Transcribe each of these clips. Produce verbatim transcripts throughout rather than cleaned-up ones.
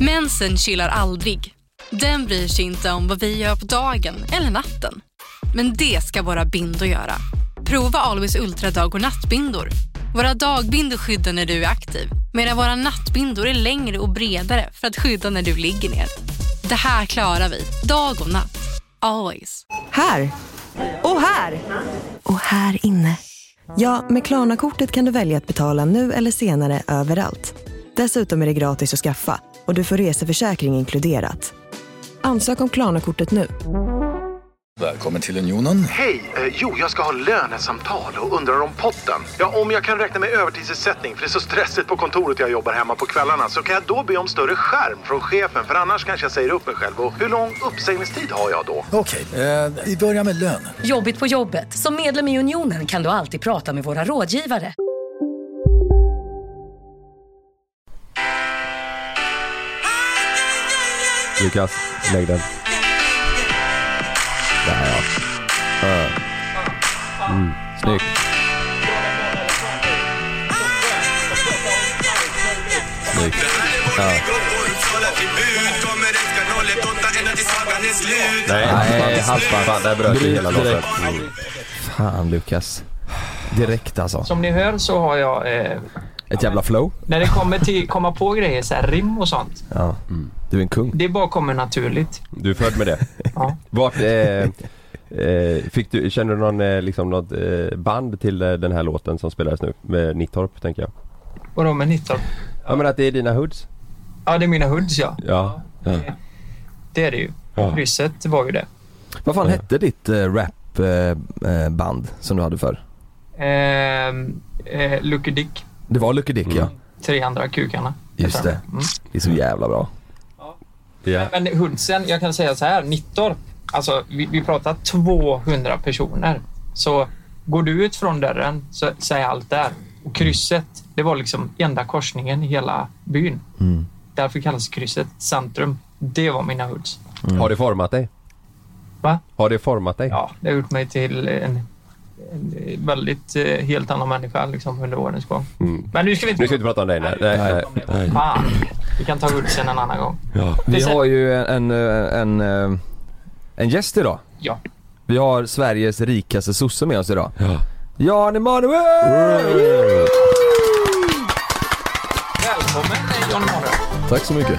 Mensen chillar aldrig. Den bryr sig inte om vad vi gör på dagen eller natten. Men det ska våra bindor göra. Prova Always Ultra dag- och nattbindor. Våra dagbindor skyddar när du är aktiv, medan våra nattbindor är längre och bredare för att skydda när du ligger ner. Det här klarar vi, dag och natt. Always. Här! Och här! Och här inne. Ja, med Klarna-kortet kan du välja att betala nu eller senare överallt. Dessutom är det gratis att skaffa och du får reseförsäkring inkluderat. Ansök om Klarna-kortet nu. Välkommen till Unionen. Hej, eh, jo jag ska ha lönesamtal och undrar om potten. Ja, om jag kan räkna med övertidsersättning för det är så stressigt på kontoret jag jobbar hemma på kvällarna, så kan jag då be om större skärm från chefen, för annars kanske jag säger upp mig själv. Och hur lång uppsägningstid har jag då? Okej, eh, vi börjar med lön. Jobbigt på jobbet. Som medlem i Unionen kan du alltid prata med våra rådgivare. Lukas, lägg den. Där ja. Uh. Mm, snyggt. Snyggt. Ja. Nej, Nej halsband. Fan, där bröt hela låten. Mm. Fan, Lukas. Direkt alltså. Som ni hör så har jag... Eh, Ett jävla flow. När det kommer till komma på grejer, så här rim och sånt. Ja, mm. Du är en kung. Det bara kommer naturligt. Du är född med det. Ja. Vart, eh, eh, fick du, känner du någon, eh, liksom något eh, band till eh, den här låten som spelades nu? Med Nittorp, tänker jag. Vadå med Nittorp? Ja, ja men att det är dina hoods. Ja, det är mina hoods, ja. Ja. ja. Det, det är det ju. Ja. Krysset var ju det. Vad fan ja. hette ditt eh, rapband eh, som du hade för? Eh, eh, Lucky Dick. Det var Lucky Dick, mm. ja. Tre andra kukarna. Just det. Mm. Det är så jävla bra. Ja. Yeah. Men, men hoodsen, jag kan säga så här, Nittorp. Alltså, vi, vi pratar tvåhundra personer. Så går du ut från dörren så, så är allt där. Och krysset, det var liksom enda korsningen i hela byn. Mm. Därför kallas krysset centrum. Det var mina hoods. Mm. Har det format dig? Va? Har det format dig? Ja, det har gjort mig till en, en väldigt eh, helt annan människa liksom, under årens gång. Mm. Men nu ska vi inte, nu ska vi inte prata om dig. Nej. Nej, nej, nej. Fan, vi kan ta hoodsen en annan gång. Ja. Vi har ju en, en, en, en gäst idag. Ja. Vi har Sveriges rikaste sosse med oss idag. Ja. Jan Emanuel! Välkommen Jan Emanuel. Tack så mycket.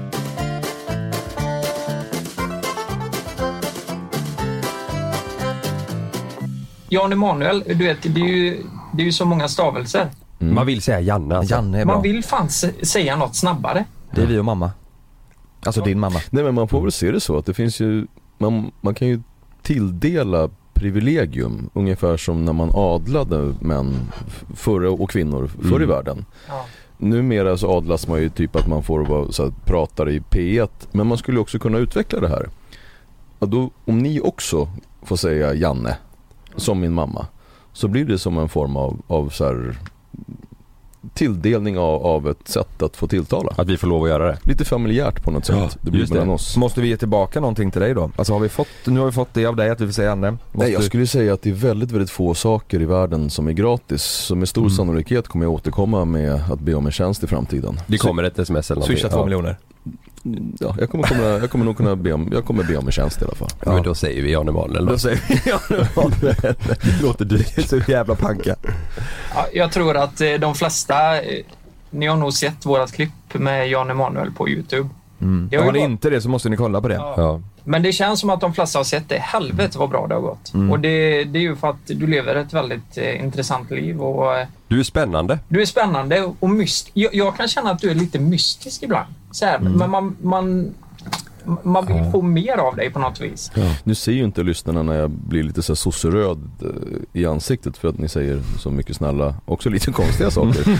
Jan Emanuel, du vet, det är ju, det är ju så många stavelser. Mm. Man vill säga Janne. Alltså. Janne är bra. Man vill fan säga något snabbare. Det är vi och mamma. Alltså ja. Din mamma. Nej, men man får väl se det så att det finns ju, man, man kan ju tilldela privilegium ungefär som när man adlade män förr och kvinnor förr mm. i världen. Ja. Numera så adlas man ju typ att man får vara så här, pratare i P ett, men man skulle också kunna utveckla det här. Och då, om ni också får säga Janne som min mamma, så blir det som en form av, av så här, tilldelning av, av ett sätt att få tilltala. Att vi får lov att göra det. Lite familjärt på något sätt. Ja, det blir mellan oss. Måste vi ge tillbaka någonting till dig då? Alltså har vi fått, nu har vi fått det av dig att vi får säga Janne. Måste Nej, jag skulle säga att det är väldigt, väldigt få saker i världen som är gratis. Så med stor mm. sannolikhet kommer jag återkomma med att be om en tjänst i framtiden. Det kommer ett sms eller någonting. Swisha två ja. miljoner. Ja, jag kommer, komma, jag kommer nog kunna be om, jag kommer be om en tjänst i alla fall. Ja. Men då säger vi Jan Emanuel. Då säger vi Jan Emanuel. Det låter dyrt, så jävla panka. Ja, jag tror att de flesta, ni har nog sett vårat klipp med Jan Emanuel på YouTube. Mm. Har ni bara... inte det så måste ni kolla på det. Ja. Ja. Men det känns som att de flesta har sett det. Helvete vad bra det har gått. Mm. Och det, det är ju för att du lever ett väldigt eh, intressant liv. Och, eh, du är spännande. Du är spännande och myst. Jag, jag kan känna att du är lite mystisk ibland. Så här, mm. Men man, man, man vill ja. få mer av dig på något vis. Ja. Nu ser ju inte lyssnarna när jag blir lite så här sosseröd i ansiktet för att ni säger så mycket snälla, också lite konstiga saker.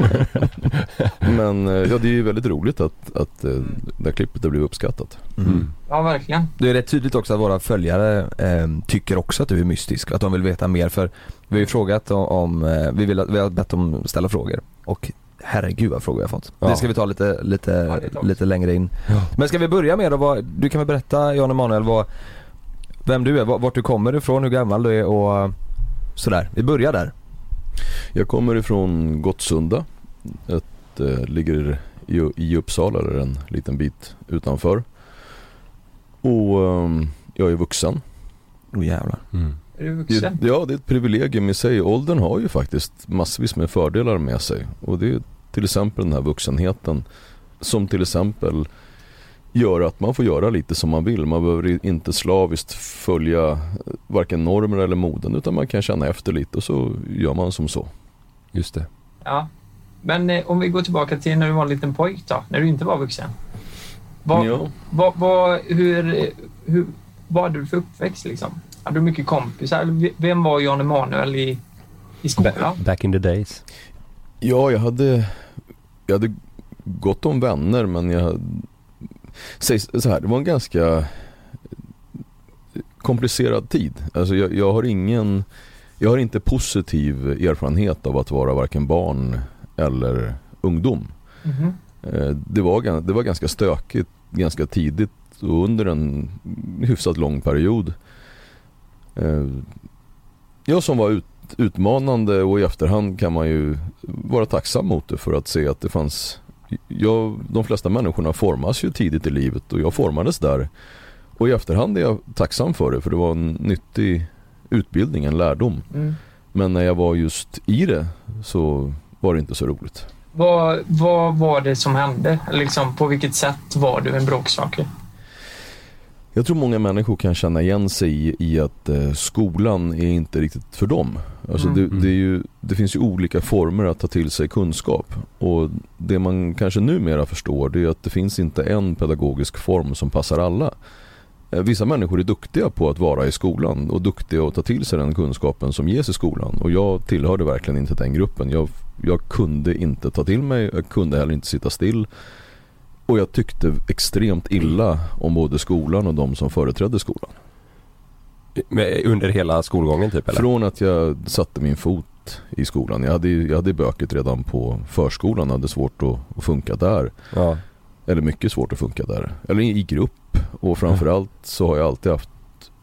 Men ja, det är ju väldigt roligt att, att det här klippet har blivit uppskattat. Mm. Ja, verkligen. Det är rätt tydligt också att våra följare eh, tycker också att du är mystisk, att de vill veta mer, för vi har ju frågat om, om eh, vi, vill, vi har bett dem ställa frågor och herregud vad frågor jag har fått. Ja. Det ska vi ta lite, lite, ja, lite längre in. Ja. Men ska vi börja med då, vad, du kan väl berätta Jan Emanuel vad, vem du är, vart du kommer ifrån, hur gammal du är och sådär. Vi börjar där. Jag kommer ifrån Gottsunda, ett, äh, ligger i, i Uppsala, eller en liten bit utanför. Och um, jag är vuxen. Åh oh, jävlar. Mm. Är du vuxen? Det, ja, det är ett privilegium i sig. Åldern har ju faktiskt massvis med fördelar med sig. Och det är till exempel den här vuxenheten som till exempel gör att man får göra lite som man vill. Man behöver inte slaviskt följa varken normer eller moden, utan man kan känna efter lite och så gör man som så. Just det. Ja. Men eh, om vi går tillbaka till när du var en liten pojk då, när du inte var vuxen. Vad, Ja. vad, vad, hur, hur, vad hade du för uppväxt liksom? Hade du mycket kompisar? Vem var Jan Emanuel i, i skolan? Ba- back in the days. Ja, jag hade, jag hade gott om vänner, men jag säg så här, det var en ganska komplicerad tid. Alltså jag, jag har ingen jag har inte positiv erfarenhet av att vara varken barn eller ungdom. Mm-hmm. Det var, det var ganska stökigt ganska tidigt och under en hyfsat lång period. Jag som var ut, utmanande, och i efterhand kan man ju vara tacksam mot det för att se att det fanns jag, de flesta människorna formas ju tidigt i livet och jag formades där. Och i efterhand är jag tacksam för det, för det var en nyttig utbildning, en lärdom. Mm. Men när jag var just i det så var det inte så roligt. Vad, vad var det som hände? Liksom, på vilket sätt var du en bråkstake? Jag tror många människor kan känna igen sig i, i att eh, skolan är inte riktigt för dem. Alltså Mm. det, det, är ju, det finns ju olika former att ta till sig kunskap. Och det man kanske numera förstår, det är att det finns inte en pedagogisk form som passar alla. Eh, vissa människor är duktiga på att vara i skolan och duktiga att ta till sig den kunskapen som ges i skolan. Och jag tillhörde verkligen inte den gruppen. Jag, jag kunde inte ta till mig, jag kunde heller inte sitta still. Och jag tyckte extremt illa om både skolan och de som företrädde skolan. Under hela skolgången typ, eller? Från att jag satte min fot i skolan. Jag hade, jag hade böket redan på förskolan. Jag hade svårt att, att funka där. Ja. Eller mycket svårt att funka där. Eller i grupp. Och framförallt så har jag alltid haft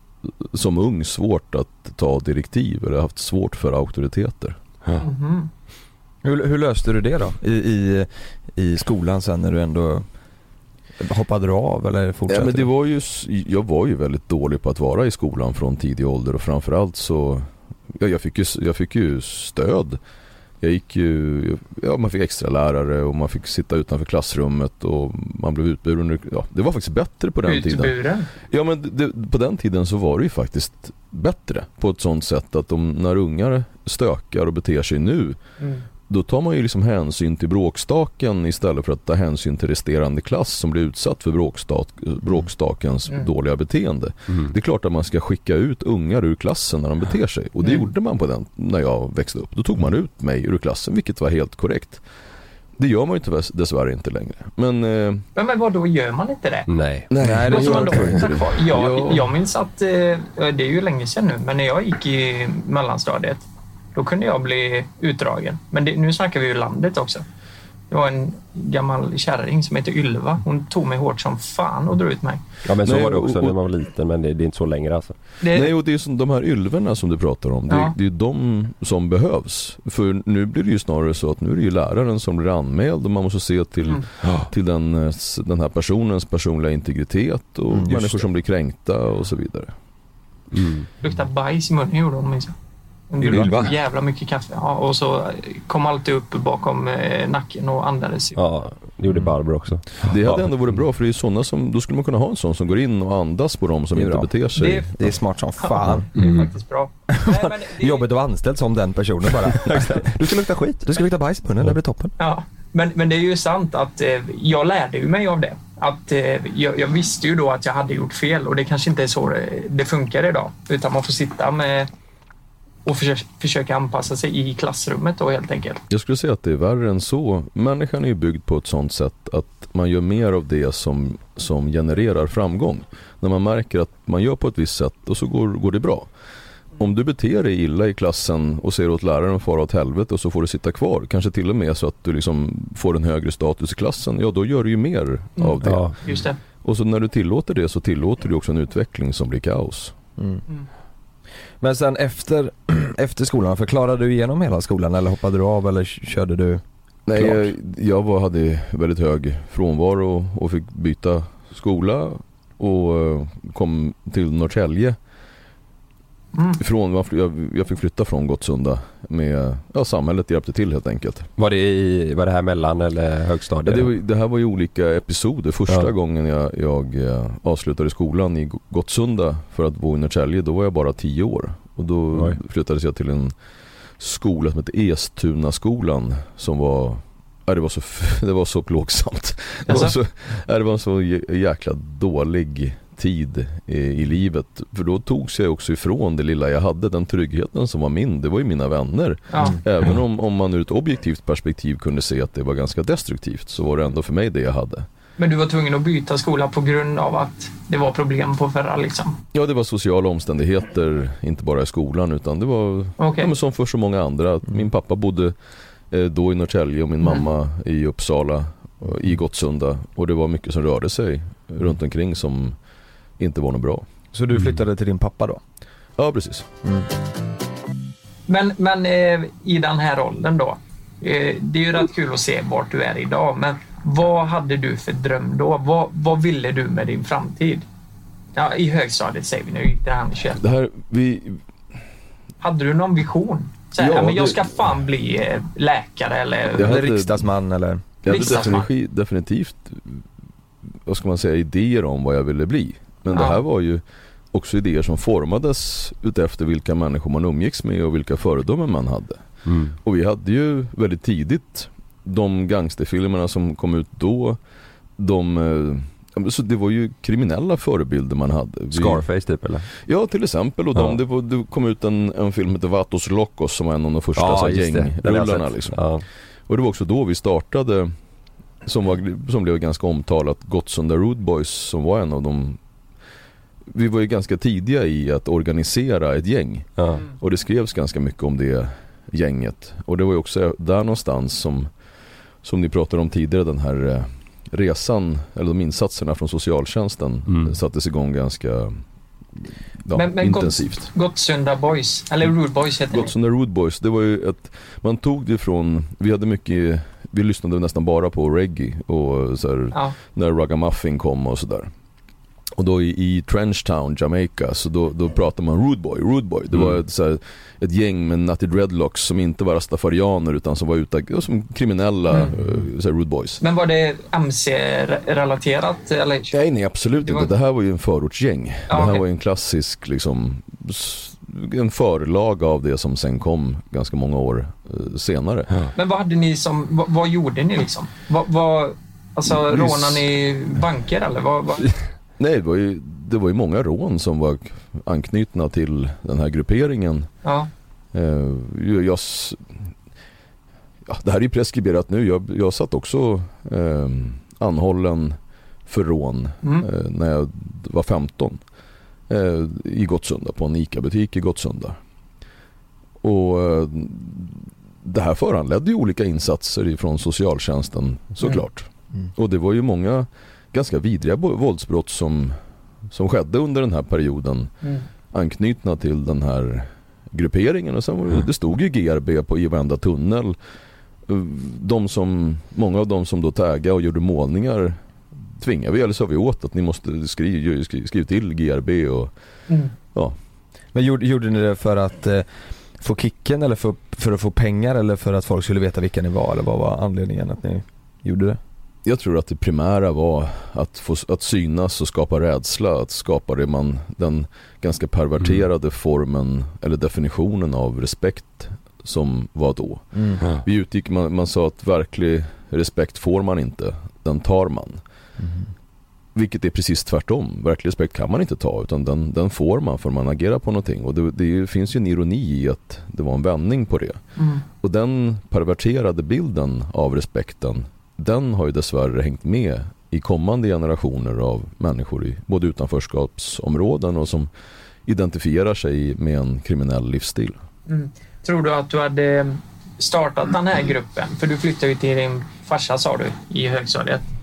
som ung svårt att ta direktiv. Eller haft svårt för auktoriteter. Ja. Mm-hmm. Hur, hur löste du det då? I, i, i skolan sen när du ändå hoppade du av eller fortsatte? Ja, men det var ju, jag var ju väldigt dålig på att vara i skolan från tidig ålder. Och framförallt så ja, jag, fick ju, jag fick ju stöd. Jag gick ju, ja, man fick extra lärare och man fick sitta utanför klassrummet och man blev utburen. Ja, det var faktiskt bättre på den Utburen? tiden. Ja, men det, på den tiden så var det ju faktiskt bättre på ett sånt sätt att de, när ungar stökar och beter sig nu, Mm. då tar man ju liksom hänsyn till bråkstaken istället för att ta hänsyn till resterande klass som blir utsatt för bråkstak, bråkstakens Mm. dåliga beteende. Mm. Det är klart att man ska skicka ut ungar ur klassen när de beter sig. Och det Mm. gjorde man på den när jag växte upp. Då tog man ut mig ur klassen, vilket var helt korrekt. Det gör man ju inte, dessvärre inte längre. Men, eh, Men, men vad då gör man inte det? Nej. nej, Nej, det Måste gör man då jag inte. hålla kvar? Jag, Ja. jag minns att, eh, det är ju länge sedan nu, men när jag gick i mellanstadiet, då kunde jag bli utdragen. Men det, nu snackar vi ju landet också. Det var en gammal kärring som heter Ylva. Hon tog mig hårt som fan och drog ut mig. Ja, men så Nej, var det också och- när man var liten, men det, det är inte så längre alltså. Det, nej, och det är som de här ylverna som du pratar om. Det, Ja. det är ju de som behövs. För nu blir det ju snarare så att nu är det ju läraren som blir anmäld och man måste se till, Mm. till den, den här personens personliga integritet och Mm, just människor det. som blir kränkta och så vidare. Mm. luktar bajs i munnen gjorde hon, minns jag. Hon Ylva? drack jävla mycket kaffe. Ja, och så kom alltid upp bakom eh, nacken och andades. Ja, det gjorde Barbro också. Det hade Ja. ändå varit bra, för det är sådana som, då skulle man kunna ha en sån som går in och andas på dem som Det är inte bra. beter sig. Det- Det är smart som fan. Det är Mm. faktiskt bra. Nej, men det, Det är jobbigt att vara anställd som den personen bara. Du ska lukta skit. Du ska lukta bajs på munnen, det blir toppen. Ja, men, men det är ju sant att eh, jag lärde ju mig av det. Att, eh, jag, jag visste ju då att jag hade gjort fel och det kanske inte är så det, det funkar idag. Utan man får sitta med och försöka, försöka anpassa sig i klassrummet då helt enkelt. Jag skulle säga att det är värre än så. Människan är ju byggd på ett sånt sätt att man gör mer av det som, som genererar framgång. När man märker att man gör på ett visst sätt och så går, går det bra. Om du beter dig illa i klassen och ser åt läraren fara åt helvete och så får du sitta kvar, kanske till och med så att du liksom får en högre status i klassen, ja då gör du ju mer Mm. av det. Ja. Just det. Och så när du tillåter det så tillåter du också en utveckling som blir kaos. Mm. Mm. Men sen efter, efter skolan, förklarade du igenom hela skolan eller hoppade du av eller körde du? Nej, jag, jag var, hade väldigt hög frånvaro och fick byta skola och kom till Norrtälje. Mm. Från, jag, jag fick flytta från Gottsunda med, ja, samhället hjälpte till helt enkelt. Var det, i, var det här mellan eller högstadiet? Ja, det, det här var ju olika episoder. Första ja. gången jag, jag avslutade skolan i Gottsunda för att bo i Norrtälje, då var jag bara tio år. Och då Oj. flyttades jag till en skola som heter Estuna-skolan som var, ja, det var så, det var så plågsamt. Det var så, ja, det var en så jäkla dålig tid i, i livet. För då togs jag också ifrån det lilla jag hade, den tryggheten som var min. Det var ju mina vänner. Ja. Även om, om man ur ett objektivt perspektiv kunde se att det var ganska destruktivt, så var det ändå för mig det jag hade. Men du var tvungen att byta skola på grund av att det var problem på förra liksom? Ja, det var sociala omständigheter, inte bara i skolan, utan det var okay. ja, men som för så många andra. Min pappa bodde eh, då i Norrtälje och min mm. mamma i Uppsala, i Gottsunda, och det var mycket som rörde sig mm. runt omkring som inte var något bra. Så du flyttade mm. till din pappa då? Ja, precis. Mm. Men, men eh, i den här åldern då, eh, det är ju rätt kul att se vart du är idag, men vad hade du för dröm då? Vad, vad ville du med din framtid? Ja, i högstadiet säger vi nu, gick det här med det här, vi... Hade du någon vision? Så här, ja, men jag ska det... fan bli eh, läkare eller, hade... eller riksdagsman eller... Jag hade definitivt, definitivt, vad ska man säga, idéer om vad jag ville bli. Men ja. det här var ju också idéer som formades utefter vilka människor man umgicks med och vilka föredömen man hade. Mm. Och vi hade ju väldigt tidigt de gangsterfilmerna som kom ut då, de, så det var ju kriminella förebilder man hade. Vi, Scarface typ eller? Ja, till exempel. Och de, ja. det, var, det kom ut en, en film som heter Vatos Locos som var en av de första ja, gängrullarna. Liksom. Ja. Och det var också då vi startade, som, var, som blev ganska omtalat, Gottsunda Rude Boys, som var en av de. Vi var ju ganska tidiga i att organisera ett gäng. Ja. Och det skrevs ganska mycket om det gänget. Och det var ju också där någonstans som, som ni pratade om tidigare, den här eh, resan, eller de insatserna från socialtjänsten mm. sattes igång ganska ja, men, men intensivt. Gottsunda Boys, eller Rude Boys heter det. Gottsunda Rude Boys, det var ju ett, man tog det från, vi hade mycket, vi lyssnade nästan bara på reggae och så här, ja. när Ragamuffin kom och sådär. Och då i, i Trenchtown, Jamaica, så då, då pratar man Rude Boy, Rude Boy. Det mm. var ett, så här, ett gäng med natty dreadlocks som inte var rastafarianer utan som var ute som kriminella mm. så här, Rude Boys. Men var det M C-relaterat? Eller? Nej, nej, absolut det var... inte. Det här var ju en förortsgäng. Ja, det här okay. var ju en klassisk liksom, en förlag av det som sen kom ganska många år eh, senare. Ja. Men vad hade ni som, vad, vad gjorde ni liksom? Vad, vad, alltså rånade ni banker eller vad? vad? Nej, det var, ju, det var ju många rån som var anknutna till den här grupperingen. Ja. Eh, jag, ja, det här är ju preskriberat nu. Jag, jag satt också eh, anhållen för rån mm. eh, när jag var femton eh, i Gottsunda, på en ICA-butik i Gottsunda. Och eh, det här föranledde ju olika insatser från socialtjänsten såklart. Mm. Mm. Och det var ju många ganska vidriga våldsbrott som, som skedde under den här perioden mm. anknutna till den här grupperingen. Och sen var det, det stod ju G R B på i varenda tunnel. De som, många av dem som då taggade och gjorde målningar tvingade vi, eller så vi åt att ni måste skriva skriv, skriv till G R B och mm. ja. Men gjorde, gjorde ni det för att eh, få kicken eller för, för att få pengar eller för att folk skulle veta vilka ni var, eller vad var anledningen att ni gjorde det? Jag tror att det primära var att, få, att synas och skapa rädsla, att skapa det man, den ganska perverterade mm. formen eller definitionen av respekt som var då. Mm. Vi utgick, man, man sa att verklig respekt får man inte, den tar man. Mm. Vilket är precis tvärtom. Verklig respekt kan man inte ta, utan den, den får man för man agerar på någonting. Och det, det finns ju en ironi i att det var en vändning på det. Mm. Och den perverterade bilden av respekten, den har ju dessvärre hängt med i kommande generationer av människor i både utanförskapsområden och som identifierar sig med en kriminell livsstil. Mm. Tror du att du hade startat den här gruppen? För du flyttade ju till din farsa, sa du, i högstadiet.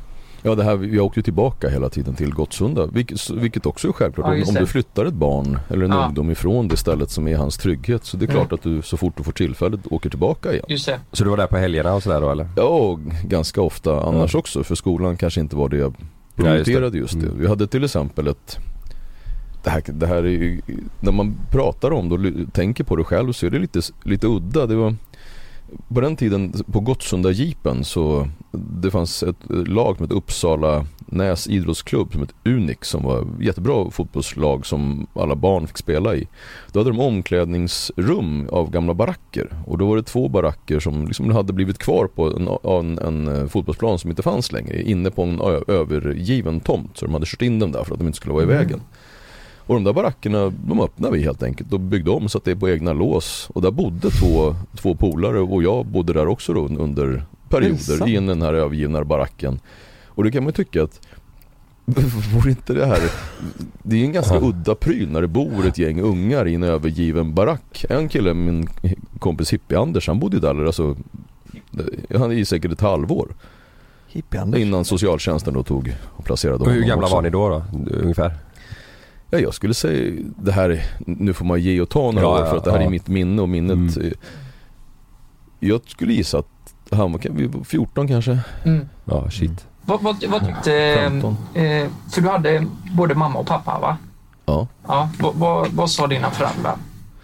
Ja, det här, vi åkte ju tillbaka hela tiden till Gottsunda, vilket, vilket också är självklart. Ja, om, om du flyttar ett barn eller en ja. ungdom ifrån det stället som är hans trygghet, så det är klart mm. att du så fort du får tillfället åker tillbaka igen. Just det. Så du var där på helgerna och sådär då, eller? Ja, ganska ofta annars ja. också, för skolan kanske inte var det jag prioriterade just det. Just det. Mm. Vi hade till exempel ett det här, det här är ju, när man pratar om det och tänker på det själv, så är det lite, lite udda. Det var på den tiden på Gottsunda Jeepen, så det fanns ett lag med ett Uppsala Näs idrottsklubb som ett Unik, som var ett jättebra fotbollslag som alla barn fick spela i. Då hade de omklädningsrum av gamla baracker, och då var det två baracker som liksom hade blivit kvar på en, en, en fotbollsplan som inte fanns längre, inne på en övergiven tomt, så de hade kört in dem där för att de inte skulle vara i vägen. Och de där barackerna, de öppnade vi helt enkelt och byggde om så att det är på egna lås. Och där bodde två, två polare, och jag bodde där också då under perioder i den här övergivna baracken. Och det kan man ju tycka att vore inte det här, det är en ganska udda pryl när det bor ett gäng ungar i en övergiven barack. En kille, min kompis Hippie Anders, han bodde där alltså, han är i säkert ett halvår. Innan socialtjänsten då tog och placerade honom. Och hur gamla också. var ni då då, ungefär? Ja, jag skulle säga, det här, nu får man ge och ta några ja, år för att det här ja. är mitt minne och minnet. Mm. Jag skulle gissa att han var fjorton kanske. Mm. Ja, shit. Mm. Vad, vad, vad tyckte, eh, för du hade både mamma och pappa, va? Ja. Ja, vad, vad, vad sa dina föräldrar?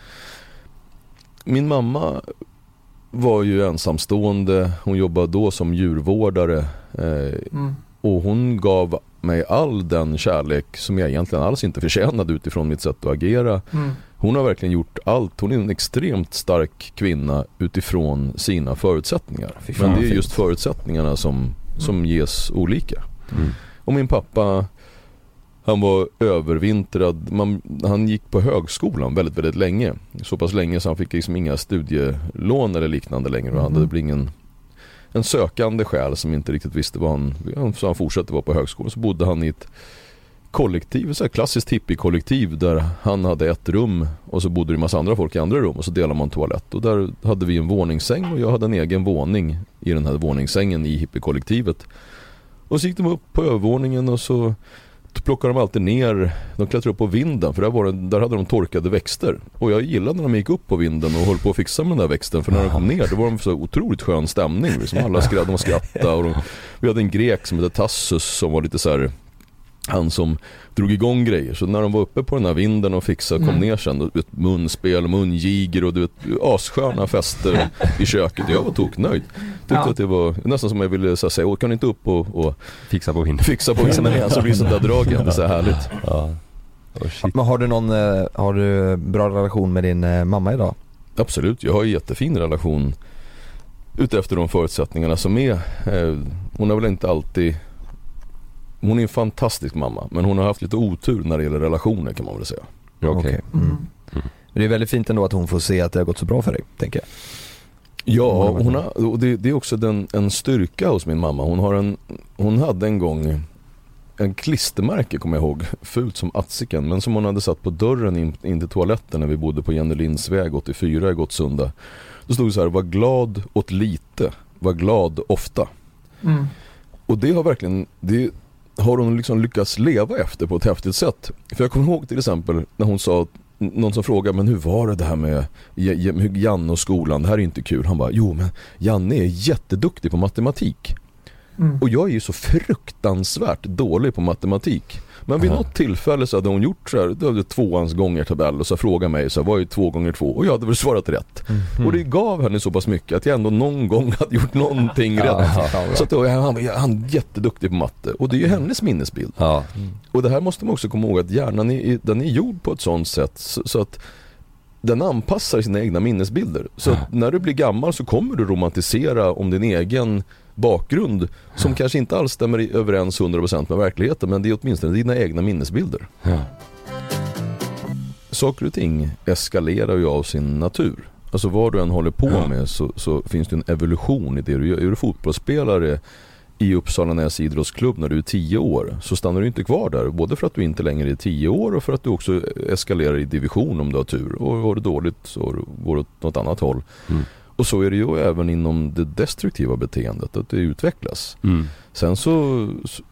Min mamma var ju ensamstående, hon jobbade då som djurvårdare eh, mm. och hon gav mig all den kärlek som jag egentligen alls inte förtjänade utifrån mitt sätt att agera. Mm. Hon har verkligen gjort allt. Hon är en extremt stark kvinna utifrån sina förutsättningar. Men det är just förutsättningarna som, mm. som ges olika. Mm. Och min pappa, han var övervintrad. Man, han gick på högskolan väldigt, väldigt länge. Så pass länge så han fick liksom inga studielån eller liknande längre. Mm. Han hade blivit ingen en sökande själ som inte riktigt visste vad han, så han fortsatte vara på högskolan. Så bodde han i ett kollektiv, så här klassiskt hippie-kollektiv, där han hade ett rum och så bodde det en massa andra folk i andra rum, och så delade man toalett. Och där hade vi en våningssäng, och jag hade en egen våning i den här våningssängen i hippie-kollektivet. Och så gick de upp på övervåningen, och så plockade de alltid ner, de klättrade upp på vinden, för där, var det, där hade de torkade växter. Och jag gillade när de gick upp på vinden och höll på att fixa med den där växten, för när de kom ner, då var de så otroligt skön stämning. Liksom alla skrattade och skrattade. Och de, vi hade en grek som hette Tassus som var lite så här, han som drog igång grejer. Så när de var uppe på den här vinden och fixade, kom mm. ner sen, och ett munspel, mungiger och du vet, assköna fester i köket. Jag var toknöjd. Tyckte ja. att det var nästan som jag ville så här, säga, kan inte upp och, och fixa på vinden. Fixa på vinden igen, så blir det sånt där drag igen. Det är så här härligt. Ja. Oh, men har du någon har du bra relation med din mamma idag? Absolut, jag har en jättefin relation utefter de förutsättningarna som är. Hon har väl inte alltid, hon är en fantastisk mamma, men hon har haft lite otur när det gäller relationer, kan man väl säga. Okej. Okay. Mm. Mm. Det är väldigt fint ändå att hon får se att det har gått så bra för dig, tänker jag. Ja, hon har, och det, det är också den, en styrka hos min mamma. Hon har en, hon hade en gång en klistermärke, kommer jag ihåg, fult som atsiken, men som hon hade satt på dörren in, in till toaletten när vi bodde på Jenny Lindsväg åttiofyra i Gottsunda. Då stod det så här: var glad åt lite, var glad ofta. Mm. Och det har verkligen, det har hon liksom lyckats leva efter på ett häftigt sätt. För jag kommer ihåg till exempel när hon sa, någon som frågade, men hur var det det här med Janne och skolan, det här är inte kul. Han bara, jo men Janne är jätteduktig på matematik. Mm. Och jag är ju så fruktansvärt dålig på matematik. Men vid Aha. något tillfälle så hade hon gjort så här, det hade tvåans gånger tabell, och så frågade mig så här, vad är två gånger två? Och jag hade väl svarat rätt. Mm. Och det gav henne så pass mycket att jag ändå någon gång hade gjort någonting ja, rätt. Ja, ja, ja. Så att då, han, han, han är jätteduktig på matte. Och det är ju hennes minnesbild. Ja. Mm. Och det här måste man också komma ihåg, att hjärnan är, den är gjord på ett sånt sätt så, så att den anpassar sina egna minnesbilder. Så att när du blir gammal så kommer du romantisera om din egen bakgrund som ja. kanske inte alls stämmer överens hundra procent med verkligheten, men det är åtminstone dina egna minnesbilder. Ja. Saker och ting eskalerar ju av sin natur. Alltså vad du än håller på ja. med så, så finns det en evolution i det du gör. Är du fotbollsspelare i Uppsala Näs idrottsklubb när du är tio år, så stannar du inte kvar där, både för att du inte längre är tio år och för att du också eskalerar i division om du har tur, och har du dåligt så går det åt något annat håll. Mm. Och så är det ju även inom det destruktiva beteendet, att det utvecklas. Mm. Sen så,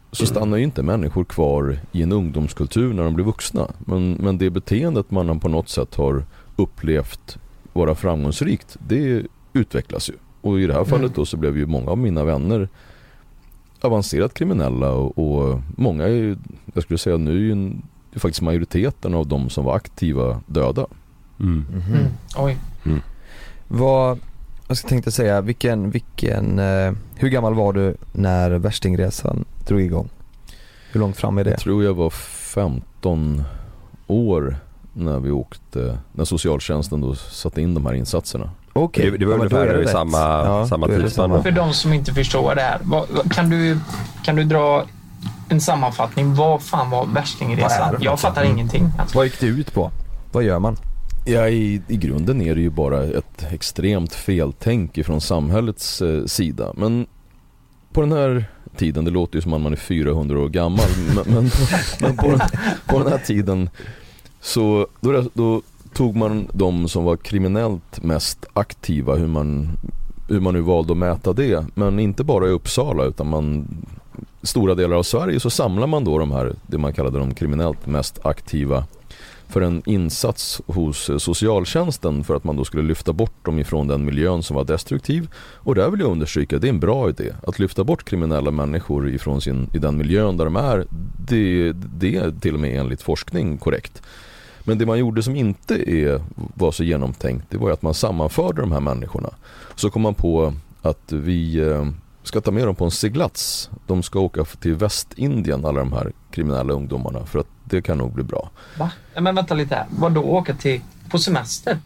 så stannar ju inte människor kvar i en ungdomskultur när de blir vuxna. Men, men det beteendet man på något sätt har upplevt vara framgångsrikt, det utvecklas ju. Och i det här fallet då så blev ju många av mina vänner avancerat kriminella och, och många är ju, jag skulle säga nu är ju en, är faktiskt majoriteten av de som var aktiva döda. Mm. Mm-hmm. Mm. Oj. Mm. Vad, jag ska tänkte säga, vilken, vilken, eh, hur gammal var du när värstingresan drog igång? Hur långt fram är det? Jag tror jag var femton år när vi åkte, när socialtjänsten då satte in de här insatserna. Okej, okay. det, det var ja, ungefär i samma, ja, samma tidsspann. För de som inte förstår det här, vad, kan, du, kan du dra en sammanfattning? Vad fan var värstingresan? Jag fattar mm. ingenting. Alltså. Vad gick det ut på? Vad gör man? Ja, i, i grunden är det ju bara ett extremt feltänk från samhällets eh, sida. Men på den här tiden, det låter ju som att man är fyrahundra år gammal, men, men, men på, den, på den här tiden så då, då tog man de som var kriminellt mest aktiva, hur man, hur man nu valde att mäta det, men inte bara i Uppsala utan man, stora delar av Sverige, så samlar man då de här, det man kallade de kriminellt mest aktiva, för en insats hos socialtjänsten för att man då skulle lyfta bort dem ifrån den miljön som var destruktiv. Och där vill jag understryka, det är en bra idé att lyfta bort kriminella människor ifrån sin, i den miljön där de är. Det, det är till och med enligt forskning korrekt. Men det man gjorde som inte är, var så genomtänkt, det var att man sammanförde de här människorna. Så kom man på att vi ska ta med dem på en seglats. De ska åka till Västindien, alla de här kriminella ungdomarna, för att det kan nog bli bra. Va? Men vänta lite här. Vad då åka till på semester?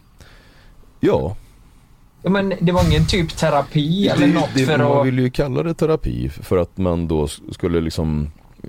Ja. Ja, men det var ingen typ terapi eller det, något det, för man att... Man vill ju kalla det terapi för att man då skulle liksom...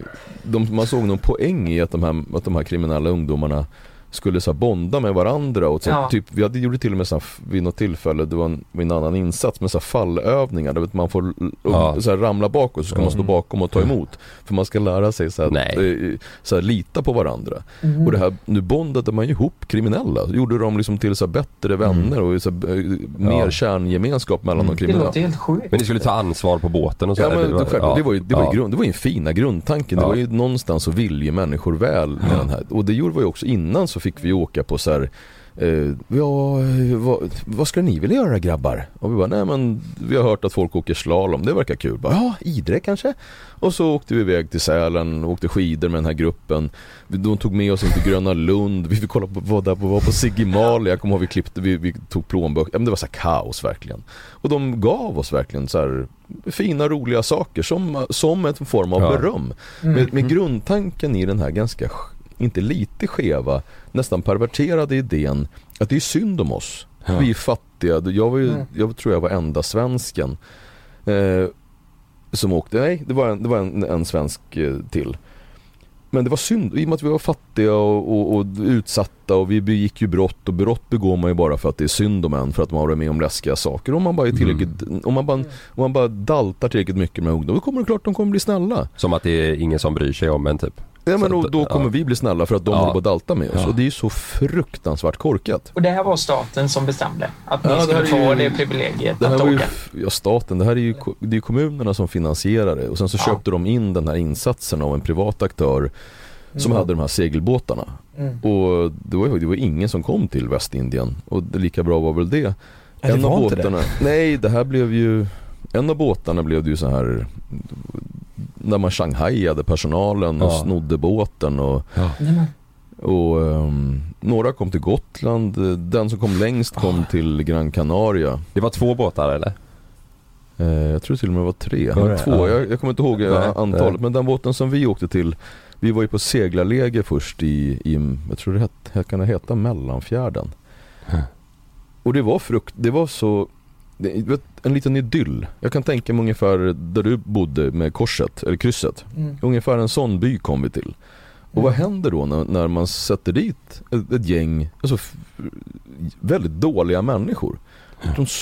De, man såg någon poäng i att de här, att de här kriminella ungdomarna skulle så här bonda med varandra och så, ja. typ, vi hade gjort det till och med så här, vid något tillfälle, det var en, en annan insats med så här fallövningar där man får ja. så här, ramla bakåt, så ska mm. man stå bakom och ta emot, för man ska lära sig så här, så här, lita på varandra. Mm. Och det här, nu bondade man ju ihop kriminella, gjorde de liksom till så här, bättre vänner mm. och så här, mer ja. kärngemenskap mellan mm. de kriminella. Det låter helt sjukt. Men ni skulle ta ansvar på båten och så. Ja, men, det, var, själv, ja. det var ju det var ju ja. grund, det var ju en fina grundtanken. Ja. Det var ju någonstans att vilja människor väl med ja. den här. Och det gjorde vi också innan, så fick vi åka på så här, eh, ja, vad, vad ska ni vilja göra, grabbar? Och vi bara, nej men vi har hört att folk åker slalom, det verkar kul. Bara, ja, Idre kanske? Och så åkte vi iväg till Sälen och åkte skidor med den här gruppen. De tog med oss in till Gröna Lund, vi fick kolla på vad där var på Sigimali. Jag kommer ihåg vi klippte, vi, vi tog plånböcker. Ja, men det var så här kaos verkligen. Och de gav oss verkligen så här fina, roliga saker som, som en form av ja. beröm. Mm. Med, med grundtanken i den här ganska, inte lite skeva, nästan perverterade idén att det är synd om oss. Ja. Vi är fattiga. Jag, var ju, mm. jag tror jag var enda svensken eh, som åkte. Nej, det var en, det var en, en svensk eh, till. Men det var synd, i och med att vi var fattiga och, och, och utsatta, och vi begick ju brott, och brott begår man ju bara för att det är synd om en, för att man har varit med om läskiga saker. Om man bara är tillräckligt, mm. om, man bara, om man bara daltar tillräckligt mycket med ungdom, då kommer det klart de kommer bli snälla. Som att det är ingen som bryr sig om en typ. Ja, men då, då kommer ja. vi bli snälla för att de ja. håller på att dalta med oss. Ja. Och det är ju så fruktansvärt korkat. Och det här var staten som bestämde att ni ja, skulle få ju, det privilegiet det att åka. Ju, ja, staten. Det här är ju det är kommunerna som finansierar det. Och sen så ja. köpte de in den här insatsen av en privat aktör som mm. hade de här segelbåtarna. Mm. Och det var, det var ingen som kom till Västindien. Och det lika bra var väl det. Ja, det en av båtarna. Det. Nej, det här blev ju... En av båtarna blev det ju så här... När man shanghaiade personalen och ja. snodde båten. Och, ja. och um, några kom till Gotland. Den som kom längst kom oh. till Gran Canaria. Det var två båtar eller? Eh, jag tror till och med det var tre. Var det? Två. Ja. Jag, jag kommer inte ihåg nej, antalet. Nej. Men den båten som vi åkte till... Vi var ju på seglarläge först i, i jag tror det hette, kan det heta Mellanfjärden. Mm. Och det var frukt, det var så det, en liten idyll. Jag kan tänka mig ungefär där du bodde med korset eller krysset. Mm. Ungefär en sån by kom vi till. Och mm. vad händer då när, när man sätter dit ett, ett gäng alltså f- väldigt dåliga människor? Mm. De,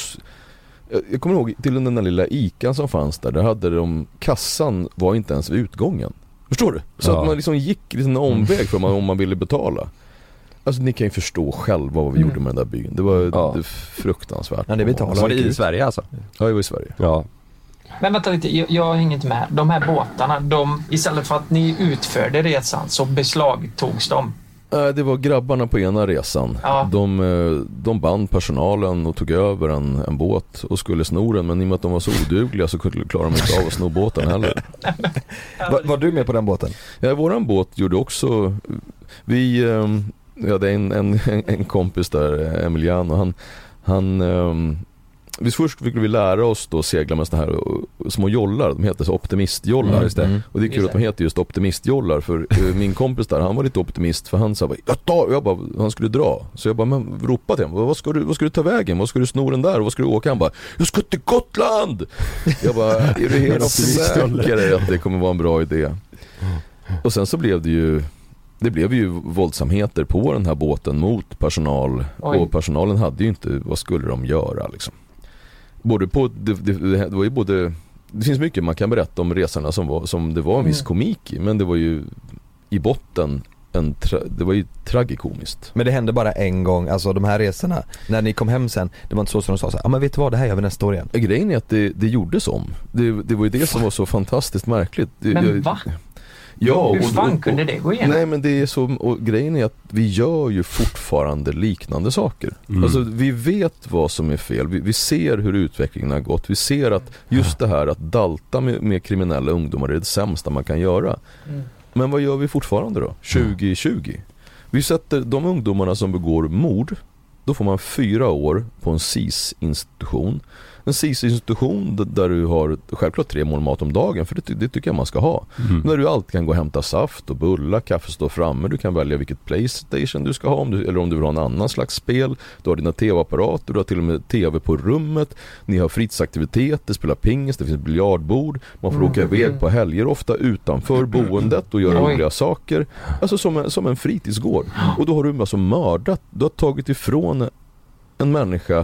jag kommer ihåg till den där lilla Ican som fanns där, där hade de, kassan var inte ens vid utgången. Förstår du? Så ja. att man liksom gick liksom en omväg för man, om man ville betala. Alltså ni kan ju förstå själva vad vi mm. gjorde med den där byn. Det var ja. det fruktansvärt. Ja, det betalar. Var det i Sverige alltså? Ja, det var i Sverige. Ja. Men vänta lite, jag, jag hänger inte med. De här båtarna, de, istället för att ni utförde resan så beslagtogs de. Det var grabbarna på ena resan. Ja. De, de band personalen och tog över en, en båt och skulle sno den, men i och med att de var så odugliga så klarade de inte av att sno båten heller. var, var du med på den båten? Ja, våran båt gjorde också... Vi, vi hade en, en, en kompis där, Emiliano, han... han Vi först fick vi lära oss då segla med såna här små jollar. De heter så optimistjollar. Mm, just det. Och det är kul att de heter just optimistjollar. För uh, min kompis där, han var lite optimist. För han sa, jag tar, jag bara, han skulle dra. Så jag bara, men ropa till honom. Vad ska du, vad ska du ta vägen? Vad ska du sno den där? Vad ska du åka? Han bara, jag ska till Gotland! Jag bara, är du helt säker att det kommer vara en bra idé? Och sen så blev det ju... Det blev ju våldsamheter på den här båten mot personal. Oj. Och personalen hade ju inte, vad skulle de göra liksom? Både på, det, det, det var ju både, det finns mycket man kan berätta om resorna som, var, som det var en viss mm. komik i, men det var ju i botten en tra, det var ju tragikomiskt. Men det hände bara en gång, alltså de här resorna, när ni kom hem sen, det var inte så som de sa så här, ja men vet du vad, det här gör vi nästa år igen. Grejen är att det, det gjordes om. Det, det var ju det som var så fantastiskt märkligt. Det, men jag, va? Ja, hur fan och, och, kunde det gå igenom? Nej, men det är så, och grejen är att vi gör ju fortfarande liknande saker. Mm. Alltså vi vet vad som är fel. Vi, vi ser hur utvecklingen har gått. Vi ser att just det här att dalta med, med kriminella ungdomar är det sämsta man kan göra. Mm. Men vad gör vi fortfarande då? tjugo tjugo. Vi sätter de ungdomarna som begår mord, då får man fyra år på en S I S-institution. En S I S-institution där du har självklart tre mål mat om dagen, för det, det tycker jag man ska ha. Mm. Där du alltid kan gå och hämta saft och bullar, kaffe står framme, du kan välja vilket PlayStation du ska ha, om du, eller om du vill ha en annan slags spel. Du har dina tv-apparater, du har till och med tv på rummet, ni har fritidsaktiviteter, spelar pingis, det finns biljardbord, man får mm. åka iväg på helger ofta utanför boendet och göra Oj. roliga saker. Alltså som en, som en fritidsgård. Och då har du alltså mördat, du har tagit ifrån en människa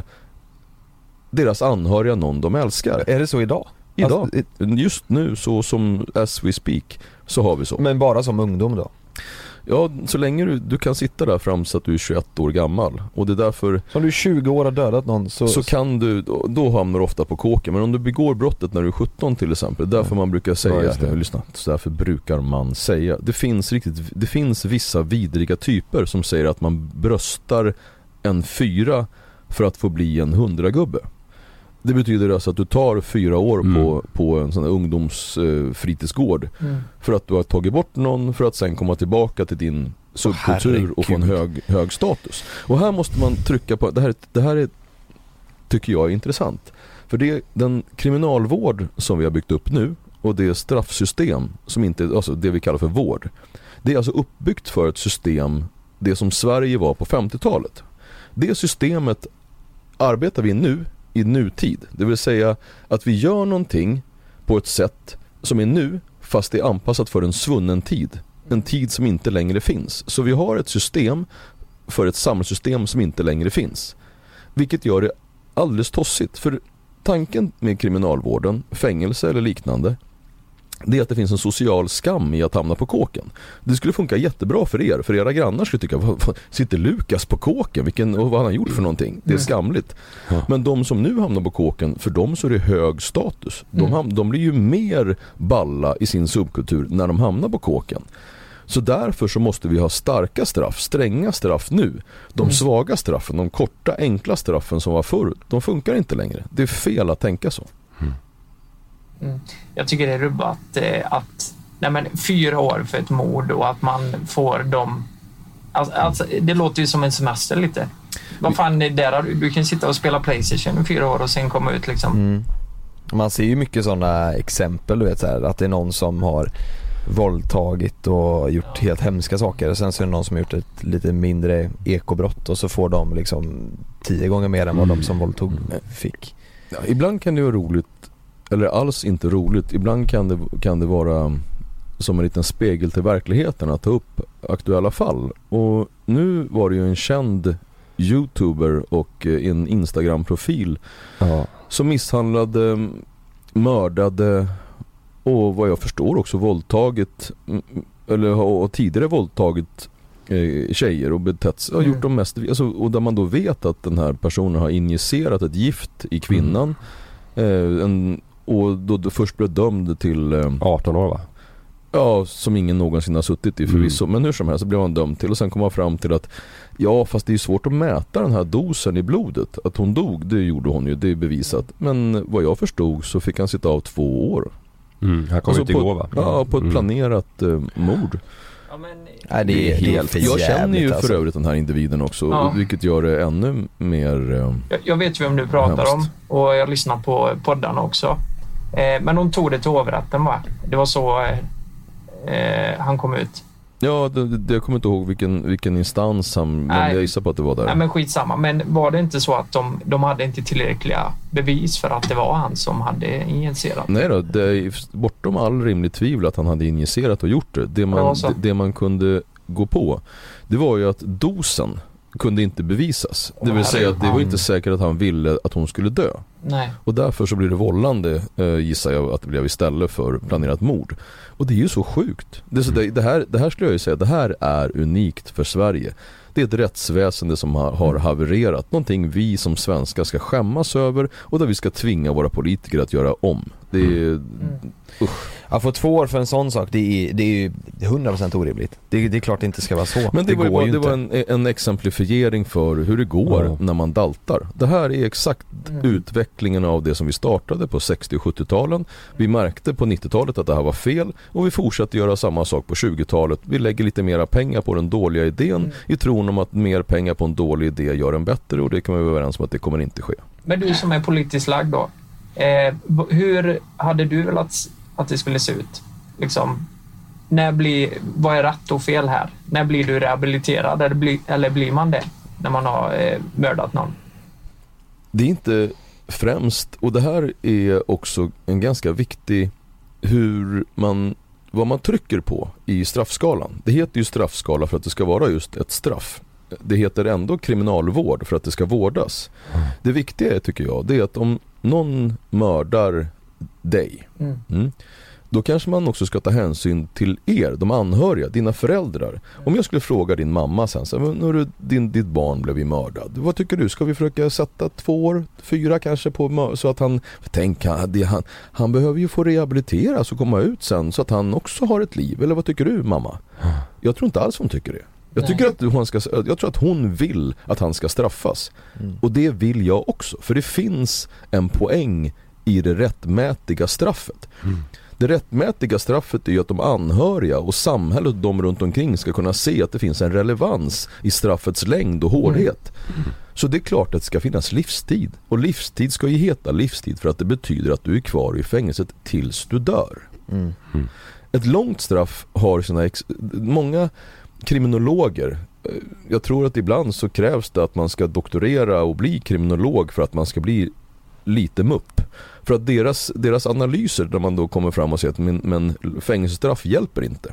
deras anhöriga, någon de älskar. Är det så idag? Idag. Alltså, just nu, så som as we speak, så har vi så. Men bara som ungdom då? Ja, så länge du, du kan sitta där fram så att du är tjugoett år gammal. Och det är därför... Så om du är tjugo år och dödat någon så... Så kan du, då, då hamnar du ofta på kåken. Men om du begår brottet när du är sjutton till exempel, därför man brukar säga, ja, det. Lyssna, så därför brukar man säga, det finns riktigt, det finns vissa vidriga typer som säger att man bröstar en fyra för att få bli en hundragubbe. Det betyder alltså att du tar fyra år mm. på, på en sån här ungdomsfritidsgård eh, mm. för att du har tagit bort någon för att sen komma tillbaka till din subkultur och få en hög, hög status. Och här måste man trycka på, det här, det här är, tycker jag är intressant. För det är den kriminalvård som vi har byggt upp nu och det straffsystem som inte, alltså det vi kallar för vård. Det är alltså uppbyggt för ett system, det som Sverige var på femtiotalet. Det systemet arbetar vi nu i nutid. Det vill säga att vi gör någonting på ett sätt som är nu, fast det är anpassat för en svunnen tid. En tid som inte längre finns. Så vi har ett system för ett samhällssystem som inte längre finns. Vilket gör det alldeles tossigt. För tanken med kriminalvården, fängelse eller liknande, det är att det finns en social skam i att hamna på kåken. Det skulle funka jättebra för er. För era grannar skulle tycka, vad, vad, sitter Lukas på kåken? Vilken, och vad har han gjort för någonting? Det är skamligt. Ja. Men de som nu hamnar på kåken, för dem så är det hög status. De, ham, de blir ju mer balla i sin subkultur när de hamnar på kåken. Så därför så måste vi ha starka straff, stränga straff nu. De mm. svaga straffen, de korta, enkla straffen som var förr, de funkar inte längre. Det är fel att tänka så. Mm. Mm. Jag tycker det är rubbat eh, att nej men, fyra år för ett mord och att man får dem alltså, alltså, det låter ju som en semester lite. Vad fan är där? Du, du kan sitta och spela PlayStation i fyra år och sen komma ut liksom. Mm. Man ser ju mycket sådana exempel, du vet så här, att det är någon som har våldtagit och gjort ja. helt hemska saker. Sen så är det någon som har gjort ett lite mindre ekobrott och så får de liksom tio gånger mer än vad mm. de som våldtog fick. Ja, ibland kan det vara roligt, eller alls inte roligt. Ibland kan det, kan det vara som en liten spegel till verkligheten att ta upp aktuella fall. Och nu var det ju en känd YouTuber och en Instagram-profil ja. som misshandlade, mördade och vad jag förstår också våldtagit eller har tidigare våldtagit eh, tjejer och betett har mm. gjort de mest alltså, och där man då vet att den här personen har injicerat ett gift i kvinnan mm. eh, en, och då, då först blev dömd till eh, arton år va? Ja, som ingen någonsin har suttit i förvisso. Mm. Men hur som helst så blev han dömd till. Och sen kom han fram till att ja, fast det är svårt att mäta den här dosen i blodet. Att hon dog, det gjorde hon ju, det är bevisat. Men vad jag förstod så fick han sitta av två år. Mm, han kom alltså ut igår va? Ja, på ett mm. planerat eh, mord. Ja, men... Nej, det är helt Jag känner ju alltså. för övrigt den här individen också, ja. vilket gör det ännu mer eh, jag, jag vet ju vem du pratar hemskt. om och jag lyssnar på poddarna också. Eh, men hon tog det till hovrätten va? Det var så eh, han kom ut. Ja, det, det, jag kommer inte ihåg vilken, vilken instans han, men jag gissar på att det var där. Nej, men skitsamma. Men var det inte så att de, de hade inte tillräckliga bevis för att det var han som hade injicerat? Nej då, det är bortom all rimlig tvivel att han hade injicerat och gjort det. Det man, ja, det, det man kunde gå på, det var ju att dosen kunde inte bevisas. Det vill säga att det var inte säkert att han ville att hon skulle dö. Nej. Och därför så blir det vållande, eh, gissar jag att det blev istället för planerat mord. Och det är ju så sjukt. Det, är så det, det, här, det här skulle jag ju säga, det här är unikt för Sverige. Det är ett rättsväsende som har, har havererat. Någonting vi som svenskar ska skämmas över och där vi ska tvinga våra politiker att göra om. Det är... Mm. Usch. Att få två år för en sån sak, det är, det är ju hundra procent orimligt. Det, det är klart det inte ska vara så. Men det, det, var, går ju det var en, en exemplifiering för hur det går mm. när man daltar. Det här är exakt mm. utvecklingen av det som vi startade på sextio- och sjuttio-talen. Vi märkte på nittio-talet att det här var fel och vi fortsatte göra samma sak på tjugotalet. Vi lägger lite mera pengar på den dåliga idén mm. i tron om att mer pengar på en dålig idé gör en bättre, och det kan vi vara överens om att det kommer inte ske. Men du som är politiskt lagd då, eh, hur hade du velat att det skulle se ut? Liksom, när blir, vad är rätt och fel här? När blir du rehabiliterad eller blir, eller blir man det när man har eh, mördat någon? Det är inte främst, och det här är också en ganska viktig hur man, vad man trycker på i straffskalan. Det heter ju straffskala för att det ska vara just ett straff. Det heter ändå kriminalvård för att det ska vårdas. Mm. Det viktiga är, tycker jag, det är att om någon mördar dig mm. Mm, då kanske man också ska ta hänsyn till er, de anhöriga, dina föräldrar. Mm. Om jag skulle fråga din mamma sen, så, när din, ditt barn blev mördad, vad tycker du? Ska vi försöka sätta två år, fyra kanske på, så att han, tänk, han, han, han behöver ju få rehabiliteras och komma ut sen så att han också har ett liv. Eller vad tycker du, mamma? Mm. Jag tror inte alls hon tycker det. Jag tycker att hon ska, jag tror att hon vill att han ska straffas. Mm. Och det vill jag också. För det finns en poäng i det rättmätiga straffet. Mm. Det rättmätiga straffet är ju att de anhöriga och samhället och de runt omkring ska kunna se att det finns en relevans i straffets längd och hårdhet. Mm. Mm. Så det är klart att det ska finnas livstid. Och livstid ska ju heta livstid för att det betyder att du är kvar i fängelset tills du dör. Mm. Mm. Ett långt straff har sina... Ex- många kriminologer, jag tror att ibland så krävs det att man ska doktorera och bli kriminolog för att man ska bli lite mupp. För att deras, deras analyser där man då kommer fram och säger att men, men fängelsestraff hjälper inte.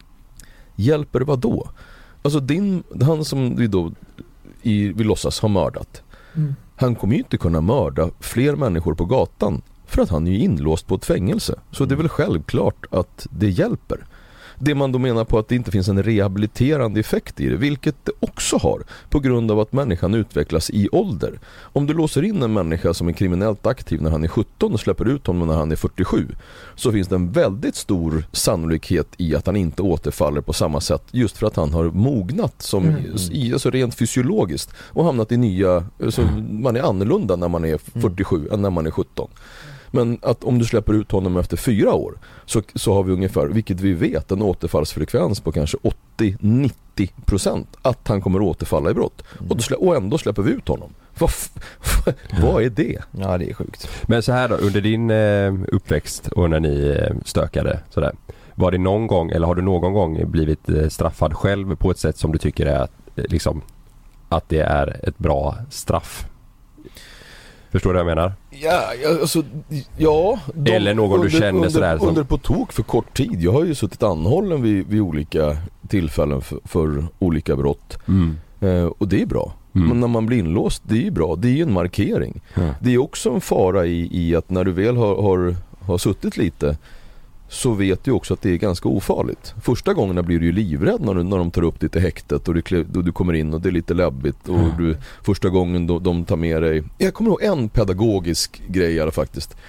Hjälper vad då? Alltså din, han som vi då i, vi låtsas har mördat, mm. han kommer ju inte kunna mörda fler människor på gatan för att han är ju inlåst på ett fängelse. Så det är väl självklart att det hjälper. Det man då menar på att det inte finns en rehabiliterande effekt i det, vilket det också har på grund av att människan utvecklas i ålder. Om du låser in en människa som är kriminellt aktiv när han är sjutton och släpper ut honom när han är fyrtiosju, så finns det en väldigt stor sannolikhet i att han inte återfaller på samma sätt, just för att han har mognat som, mm. i, alltså rent fysiologiskt och hamnat i nya, alltså man är annorlunda när man är fyrtiosju mm. än när man är sjutton. Men att om du släpper ut honom efter fyra år så, så har vi ungefär, vilket vi vet, en återfallsfrekvens på kanske åttio till nittio procent att han kommer återfalla i brott. Mm. Och, då slä, och ändå släpper vi ut honom. Vad, vad är det? Ja, det är sjukt. Men så här då, under din eh, uppväxt och när ni eh, stökade sådär, var det någon gång, eller har du någon gång blivit eh, straffad själv på ett sätt som du tycker är att, eh, liksom, att det är ett bra straff? Förstår du vad jag menar? Ja, alltså, ja. De, Eller någon under, du känner under, sådär. Som... Under på tok för kort tid. Jag har ju suttit anhållen vid, vid olika tillfällen för, för olika brott. Mm. Eh, och det är bra. Mm. Men när man blir inlåst, det är ju bra. Det är ju en markering. Mm. Det är också en fara i, i att när du väl har, har, har suttit lite, så vet du också att det är ganska ofarligt. Första gångerna blir du ju livrädd när, du, när de tar upp dig till häktet och du, och du kommer in och det är lite läbbigt och mm. du, första gången då, de tar med dig. Jag kommer ihåg en pedagogisk grej alla faktiskt.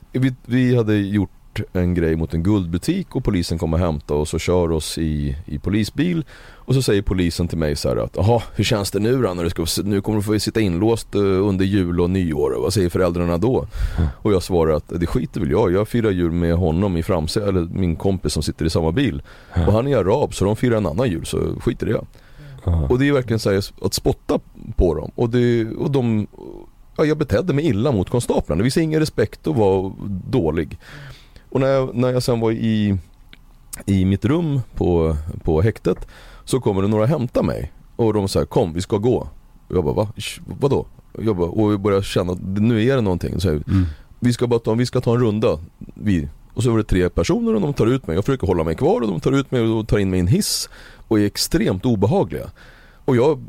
vi, vi hade gjort en grej mot en guldbutik och polisen kommer hämta oss och kör oss i, i polisbil och så säger polisen till mig så här att jaha, hur känns det nu då när du ska, nu kommer du få sitta inlåst under jul och nyår, vad säger föräldrarna då? Mm. Och jag svarar att det skiter väl jag, jag firar jul med honom i framse eller min kompis som sitter i samma bil mm. och han är arab så de firar en annan jul så skiter det jag. Mm. Och det är verkligen så här, att spotta på dem och, det, och de ja, jag betedde mig illa mot konstaplarna, det visade ingen respekt och var dålig. Och när jag, när jag sen var i, i mitt rum på, på häktet så kommer det några hämta mig. Och de säger, kom vi ska gå. Och jag bara, va? Vadå? Jag bara, och jag började känna att nu är det någonting. Så här, mm. vi, ska bara ta, vi ska ta en runda. Vi. Och så var det tre personer och de tar ut mig. Jag försöker hålla mig kvar och de tar ut mig och tar in mig i en hiss. Och är extremt obehagliga. Och jag...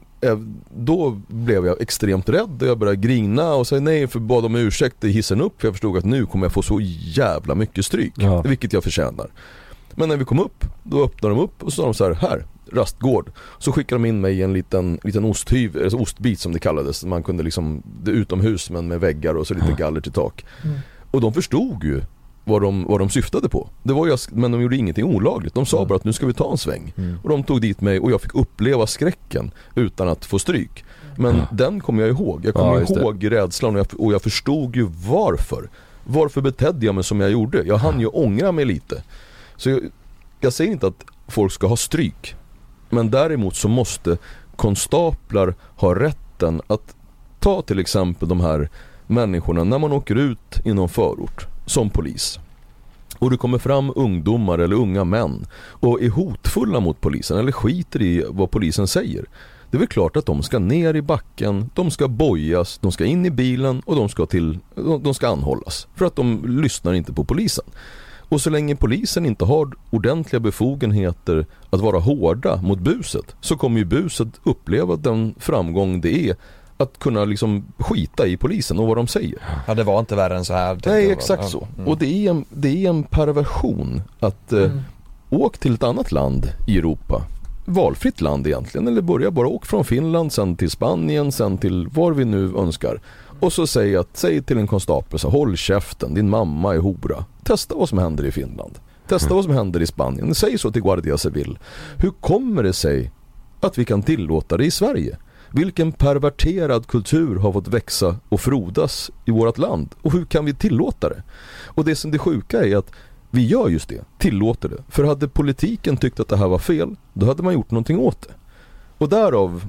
då blev jag extremt rädd och jag började grina och säga nej för bad om ursäkt i hissen upp för jag förstod att nu kommer jag få så jävla mycket stryk, ja. Vilket jag förtjänar. Men när vi kom upp, då öppnade de upp och så sa de så här, här, rastgård. Så skickade de in mig i en liten, liten osthyv, alltså ostbit som det kallades. Man kunde liksom, det utomhus men med väggar och så lite galler till tak. Mm. Och de förstod ju vad de, vad de syftade på. Det var ju, men de gjorde ingenting olagligt. De sa mm. bara att nu ska vi ta en sväng. Mm. Och de tog dit mig och jag fick uppleva skräcken utan att få stryk. Men mm. den kommer jag ihåg. Jag kommer ja, ihåg rädslan och jag, och jag förstod ju varför. Varför betedde jag mig som jag gjorde? Jag hann ju ångra mig lite. Så jag, jag säger inte att folk ska ha stryk. Men däremot så måste konstaplar ha rätten att ta till exempel de här människorna när man åker ut i någon förort som polis och det kommer fram ungdomar eller unga män och är hotfulla mot polisen eller skiter i vad polisen säger. Det är väl klart att de ska ner i backen, de ska bojas, de ska in i bilen och de ska, till, de ska anhållas för att de lyssnar inte på polisen. Och så länge polisen inte har ordentliga befogenheter att vara hårda mot buset så kommer ju buset uppleva den framgång det är att kunna liksom skita i polisen och vad de säger. Ja, det var inte värre än så här. Nej, exakt så. Mm. Och det är, en, det är en perversion att mm. eh, åk till ett annat land i Europa. Valfritt land egentligen. Eller börja bara åka från Finland, sen till Spanien, sen till var vi nu önskar. Och så säg, att, säg till en konstapel så håll käften, din mamma är hora. Testa vad som händer i Finland. Testa mm. vad som händer i Spanien. Säg så till Guardia Civil. Hur kommer det sig att vi kan tillåta det i Sverige? Vilken perverterad kultur har fått växa och frodas i vårt land? Och hur kan vi tillåta det? Och det som det sjuka är att vi gör just det, tillåter det. För hade politiken tyckt att det här var fel, då hade man gjort någonting åt det. Och därav,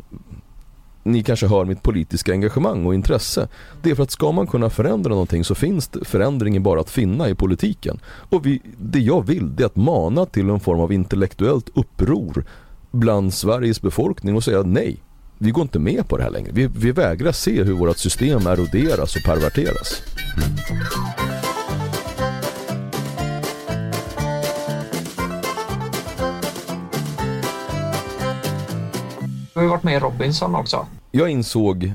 ni kanske hör mitt politiska engagemang och intresse. Det är för att ska man kunna förändra någonting så finns det förändringen bara att finna i politiken. Och vi, det jag vill det är att mana till en form av intellektuellt uppror bland Sveriges befolkning och säga nej. Vi går inte med på det här längre. Vi, vi vägrar se hur vårt system eroderas och perverteras. Mm. Du har ju varit med i Robinson också. Jag insåg...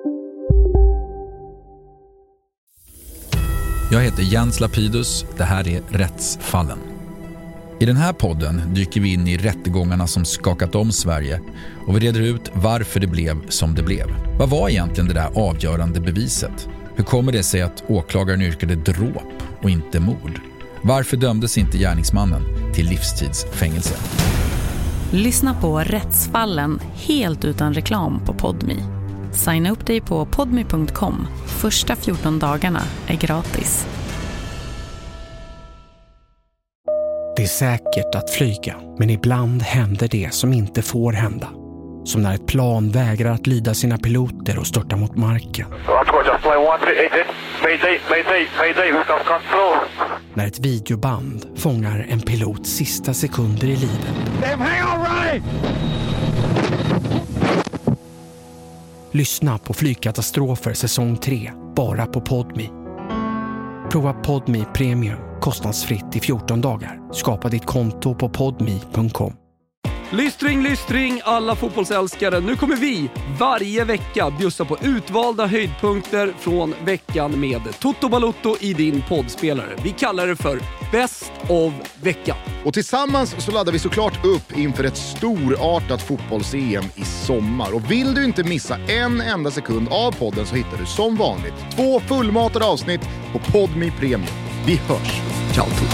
Jag heter Jens Lapidus. Det här är Rättsfallen. I den här podden dyker vi in i rättegångarna som skakat om Sverige och vi reder ut varför det blev som det blev. Vad var egentligen det där avgörande beviset? Hur kommer det sig att åklagaren yrkade dråp och inte mord? Varför dömdes inte gärningsmannen till livstidsfängelse? Lyssna på Rättsfallen helt utan reklam på Podmi. Signa upp dig på podmi punkt com. Första fjorton dagarna är gratis. Det är säkert att flyga, men ibland händer det som inte får hända. Som när ett plan vägrar att lyda sina piloter och störtar mot marken. När ett videoband fångar en pilots sista sekunder i livet. Lyssna på Flygkatastrofer säsong tre, bara på Podmi. Prova Podmi Premium kostnadsfritt i fjorton dagar. Skapa ditt konto på podmi punkt com. Lystring, lystring alla fotbollsälskare. Nu kommer vi varje vecka bjussa på utvalda höjdpunkter från veckan med Toto Balotto i din poddspelare. Vi kallar det för Best of veckan. Och tillsammans så laddar vi såklart upp inför ett storartat fotbolls-E M i sommar. Och vill du inte missa en enda sekund av podden så hittar du som vanligt två fullmatade avsnitt på Podmi Premium. Vi hörs. Ciao Toto.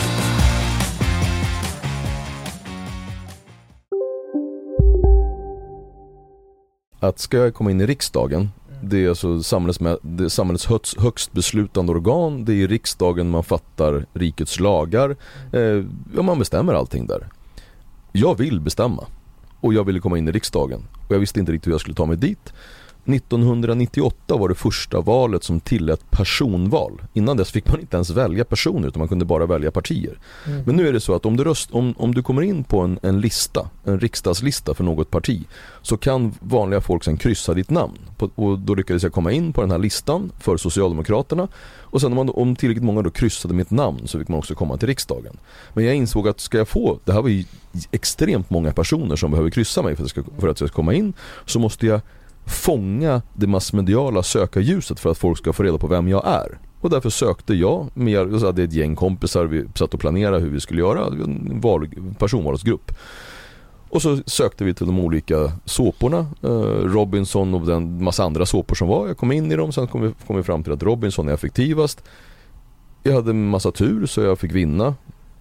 Att ska jag komma in i riksdagen, det är alltså samhällets, det är samhällets högst, högst beslutande organ. Det är i riksdagen man fattar rikets lagar. Eh, ja, man bestämmer allting där. Jag vill bestämma. Och jag ville komma in i riksdagen. Och jag visste inte riktigt hur jag skulle ta mig dit. nittonhundranittioåtta var det första valet som tillät personval. Innan dess fick man inte ens välja personer, utan man kunde bara välja partier. Mm. Men nu är det så att om du, röst, om, om du kommer in på en, en lista, en riksdagslista för något parti, så kan vanliga folk sen kryssa ditt namn. På, och då lyckades jag komma in på den här listan för Socialdemokraterna. Och sen om, man, om tillräckligt många då kryssade mitt namn så fick man också komma till riksdagen. Men jag insåg att ska jag få, det här var ju extremt många personer som behöver kryssa mig för att jag ska, för att jag ska komma in, så måste jag fånga det massmediala sökarljuset för att folk ska få reda på vem jag är. Och därför sökte jag med, jag hade ett gäng kompisar, vi satt och planerade hur vi skulle göra, en val, personvalsgrupp. Och så sökte vi till de olika såporna, eh, Robinson och den massa andra såpor som var. Jag kom in i dem, sen kom vi, kom vi fram till att Robinson är effektivast. Jag hade en massa tur så jag fick vinna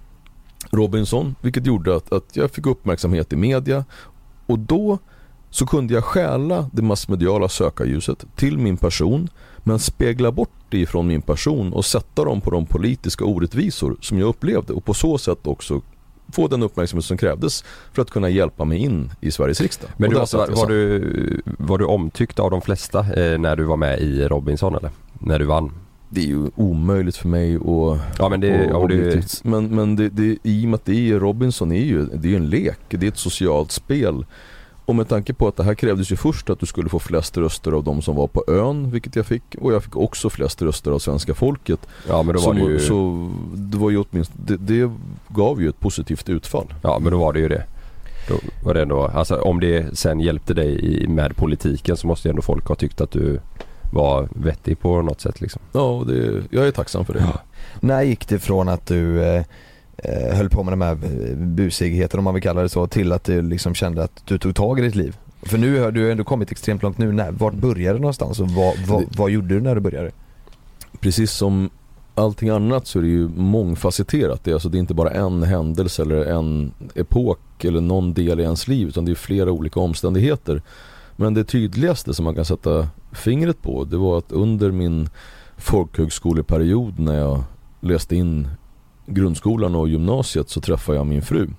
Robinson, vilket gjorde att, att jag fick uppmärksamhet i media. Och då så kunde jag stjäla det massmediala sökarljuset till min person, men spegla bort det ifrån min person och sätta dem på de politiska orättvisor som jag upplevde, och på så sätt också få den uppmärksamhet som krävdes för att kunna hjälpa mig in i Sveriges riksdag. Men du, alltså, var, du, var du omtyckt av de flesta eh, när du var med i Robinson, eller när du vann? Det är ju omöjligt för mig att... Ja, men det, och, det... men, men det, det, i och med att det är Robinson är ju det är en lek, det är ett socialt spel. Och med tanke på att det här krävdes ju först att du skulle få flest röster av de som var på ön, vilket jag fick, och jag fick också flest röster av svenska folket. Ja, men då var så, det ju... så det var ju åtminstone, det, det gav ju ett positivt utfall. Ja, men då var det ju det. Då var det ändå, alltså om det sen hjälpte dig med politiken, så måste ju ändå folk ha tyckt att du var vettig på något sätt liksom. Ja, det, jag är tacksam för det. Ja. När gick det från att du eh, höll på med de här busigheter, om man vill kalla det så, till att du liksom kände att du tog tag i ditt liv? För nu har du ändå kommit extremt långt nu. När, vart började du någonstans och vad, vad, vad gjorde du när du började? Precis som allting annat så är det ju mångfacetterat. Det är, alltså, det är inte bara en händelse eller en epok eller någon del i ens liv, utan det är flera olika omständigheter. Men det tydligaste som man kan sätta fingret på, det var att under min folkhögskoleperiod, när jag läste in grundskolan och gymnasiet, så träffade jag min fru.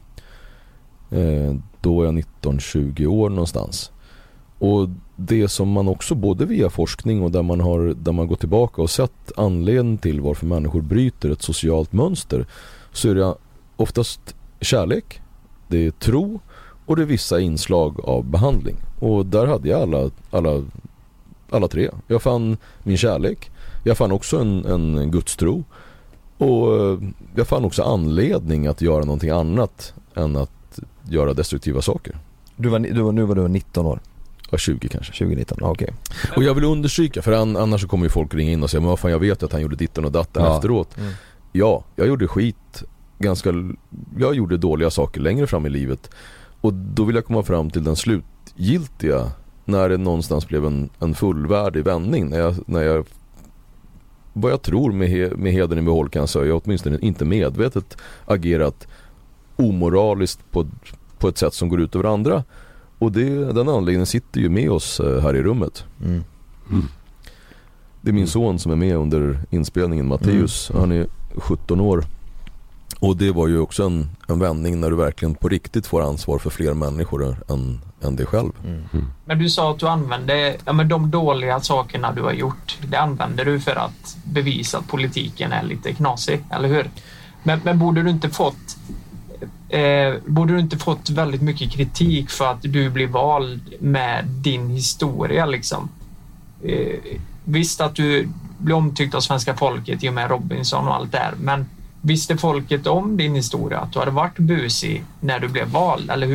Eh, då var jag nitton tjugo år någonstans. Och det som man också, både via forskning och där man har där man går tillbaka och sett anledningen till varför människor bryter ett socialt mönster, så är det oftast kärlek, det är tro och det är vissa inslag av behandling. Och där hade jag alla, alla, alla tre. Jag fann min kärlek, jag fann också en, en gudstro, och jag fann också anledning att göra någonting annat än att göra destruktiva saker. Du var, du var, nu var du nitton år? Ja, tjugo kanske. tjugo nitton, okej. Okay. Och jag vill understryka, för annars så kommer ju folk ringa in och säga, men vad fan, jag vet att han gjorde ditten och datten ja. efteråt. Mm. Ja, jag gjorde skit ganska, jag gjorde dåliga saker längre fram i livet. Och då vill jag komma fram till den slutgiltiga, när det någonstans blev en, en fullvärdig vändning. När jag, när jag vad jag tror med, he, med hedern i behåll, kan jag säga, jag åtminstone inte medvetet agerat omoraliskt på, på ett sätt som går ut över andra. Och det, den anledningen sitter ju med oss här i rummet. Mm. Mm. Det är min son som är med under inspelningen, Matteus. Mm. Han är sjutton år. Och det var ju också en, en vändning när du verkligen på riktigt får ansvar för fler människor än, än dig själv. Mm. Mm. Men du sa att du använde, ja, men de dåliga sakerna du har gjort, det använder du för att bevisa att politiken är lite knasig, eller hur? Men, men borde du inte fått eh, borde du inte fått väldigt mycket kritik för att du blir vald med din historia liksom? Eh, visst att du blir omtyckt av svenska folket i och med Robinson och allt där, men visste folket om din historia, att du hade varit busig när du blev vald, eller hur,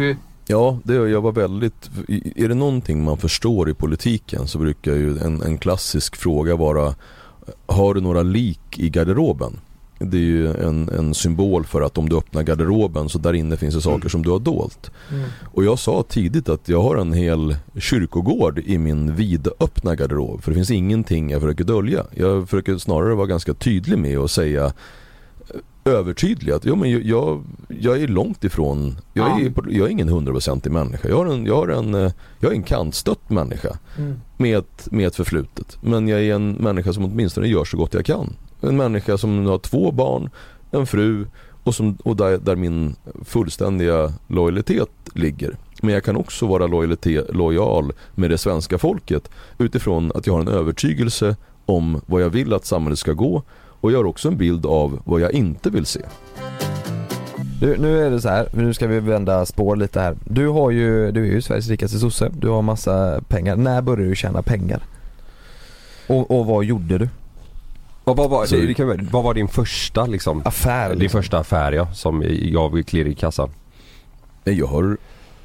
Ja, det, jag var väldigt... Är det någonting man förstår i politiken så brukar ju en, en klassisk fråga vara: har du några lik i garderoben? Det är ju en, en symbol för att om du öppnar garderoben så där inne finns det saker mm. som du har dolt. Mm. Och jag sa tidigt att jag har en hel kyrkogård i min vidöppna garderob. För det finns ingenting jag försöker dölja. Jag försöker snarare vara ganska tydlig med att säga, övertydlig att ja, men jag, jag är långt ifrån, jag är, jag är ingen hundraprocentig människa. Jag, har en, jag, har en, jag är en kantstött människa mm. med, ett, med ett förflutet. Men jag är en människa som åtminstone gör så gott jag kan. En människa som har två barn, en fru och, som, och där, där min fullständiga lojalitet ligger. Men jag kan också vara lojalitet, lojal med det svenska folket utifrån att jag har en övertygelse om vad jag vill att samhället ska gå, och jag har också en bild av vad jag inte vill se. Du, nu är det så här, nu ska vi vända spår lite här. Du har ju, du är ju Sveriges rikaste sosse, du har massa pengar. När började du tjäna pengar? Och, och vad gjorde du? Vad, vad, vad, det, det, vad var din första liksom, affär? Din liksom. första affär, ja, som jag klirrar i kassan? Jag har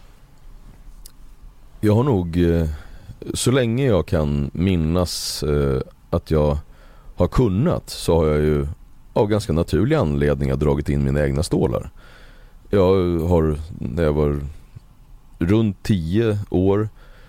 Jag har nog så länge jag kan minnas att jag har kunnat, så har jag ju av ganska naturliga anledningar dragit in mina egna stålar. Jag har, när jag var runt tio år,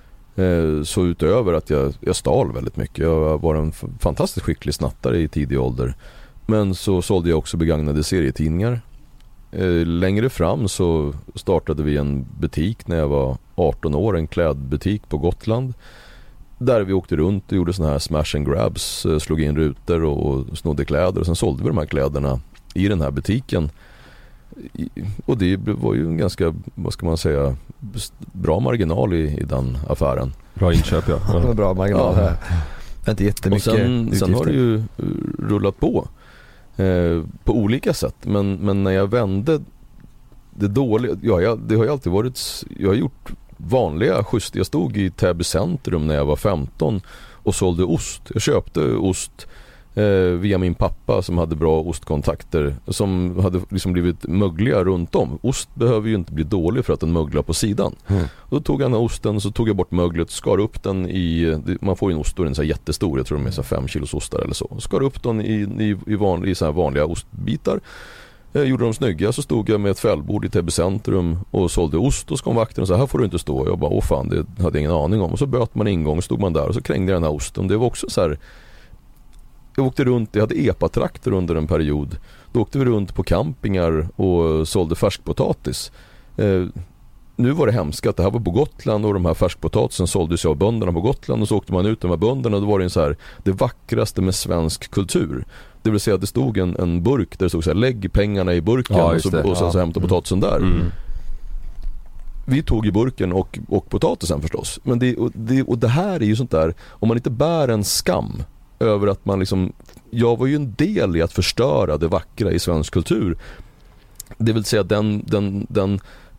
så utöver att jag, jag stal väldigt mycket. Jag var en fantastiskt skicklig snattare i tidig ålder. Men så sålde jag också begagnade serietidningar. Längre fram så startade vi en butik när jag var arton år, en klädbutik på Gotland. Där vi åkte runt och gjorde såna här smash and grabs, slog in rutor och snodde kläder, och sen sålde vi de här kläderna i den här butiken. Och det var ju en ganska, vad ska man säga, bra marginal i, i den affären. Bra inköp, ja. Det var bra marginal här. Ja. Inte jättemycket. Och sen, sen har det ju rullat på eh, på olika sätt. Men, men när jag vände det dåliga, ja, jag, det har ju alltid varit, jag har gjort vanliga schysst. Jag stod i Täby centrum när jag var femton och sålde ost. Jag köpte ost eh, via min pappa som hade bra ostkontakter, som hade liksom blivit mögliga runt om. Ost behöver ju inte bli dålig för att den möglar på sidan. Mm. Och då tog jag den här osten, så tog jag bort möglet, skar upp den i, man får ju en ost och den är så här jättestor, jag tror de är så fem kilos ostar eller så. Skar upp den i, i, i, vanlig, i så här vanliga ostbitar. Jag gjorde dem snygga, så stod jag med ett fällbord i Täby centrum och sålde ost, och så kom vakten och sa, här får du inte stå. Jag bara, åh fan, det hade jag ingen aning om. Och så böt man ingång och stod man där och så krängde jag den här osten. Det var också så här, jag åkte runt, jag hade epatrakter under en period. Då åkte vi runt på campingar och sålde färskpotatis. Eh, nu var det hemskt att det här var på Gotland, och de här färskpotatisen såldes av bönderna på Gotland, och så åkte man ut de här bönderna, och då var det en så här, det vackraste med svensk kultur. Det vill säga att det stod en, en burk där det stod så här, lägg pengarna i burken, ja, och så, och så, ja. så hämta potatisen där. Mm. Vi tog i burken och, och potatisen förstås. Men det, och, det, och det här är ju sånt där, om man inte bär en skam över att man liksom, jag var ju en del i att förstöra det vackra i svensk kultur. Det vill säga den, den, den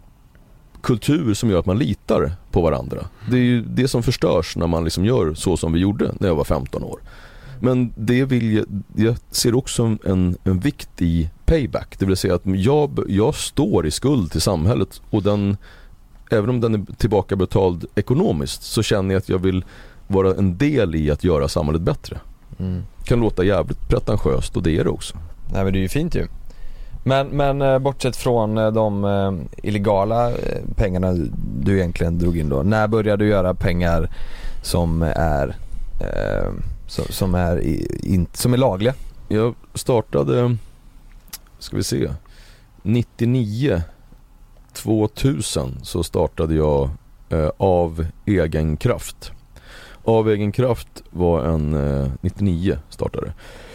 kultur som gör att man litar på varandra. Det är ju det som förstörs när man liksom gör så som vi gjorde när jag var femton år. Men det vill jag, jag ser också en, en vikt i payback. Det vill säga att jag, jag står i skuld till samhället, och den, även om den är tillbakabetald ekonomiskt, så känner jag att jag vill vara en del i att göra samhället bättre. Mm. Kan låta jävligt pretentiöst, och det är det också. Nej, men det är ju fint ju. Men, men bortsett från de illegala pengarna du egentligen drog in då, när började du göra pengar som är eh, som, som är in, som är lagliga? Jag startade, ska vi se, nittionio tvåtusen så startade jag eh, Av egen kraft. Av egen kraft var en eh, nittionio startade.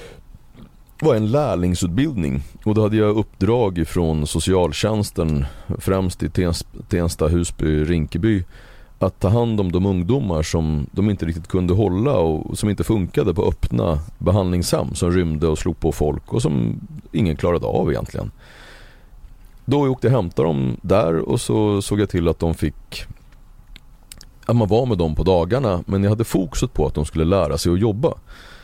Var en lärlingsutbildning, och då hade jag uppdrag från socialtjänsten, främst i Tensta, Husby, Rinkeby, att ta hand om de ungdomar som de inte riktigt kunde hålla och som inte funkade på öppna behandlingshem, som rymde och slog på folk och som ingen klarade av egentligen. Då åkte jag hämta dem där, och så såg jag till att de fick, att man var med dem på dagarna, men jag hade fokuset på att de skulle lära sig att jobba.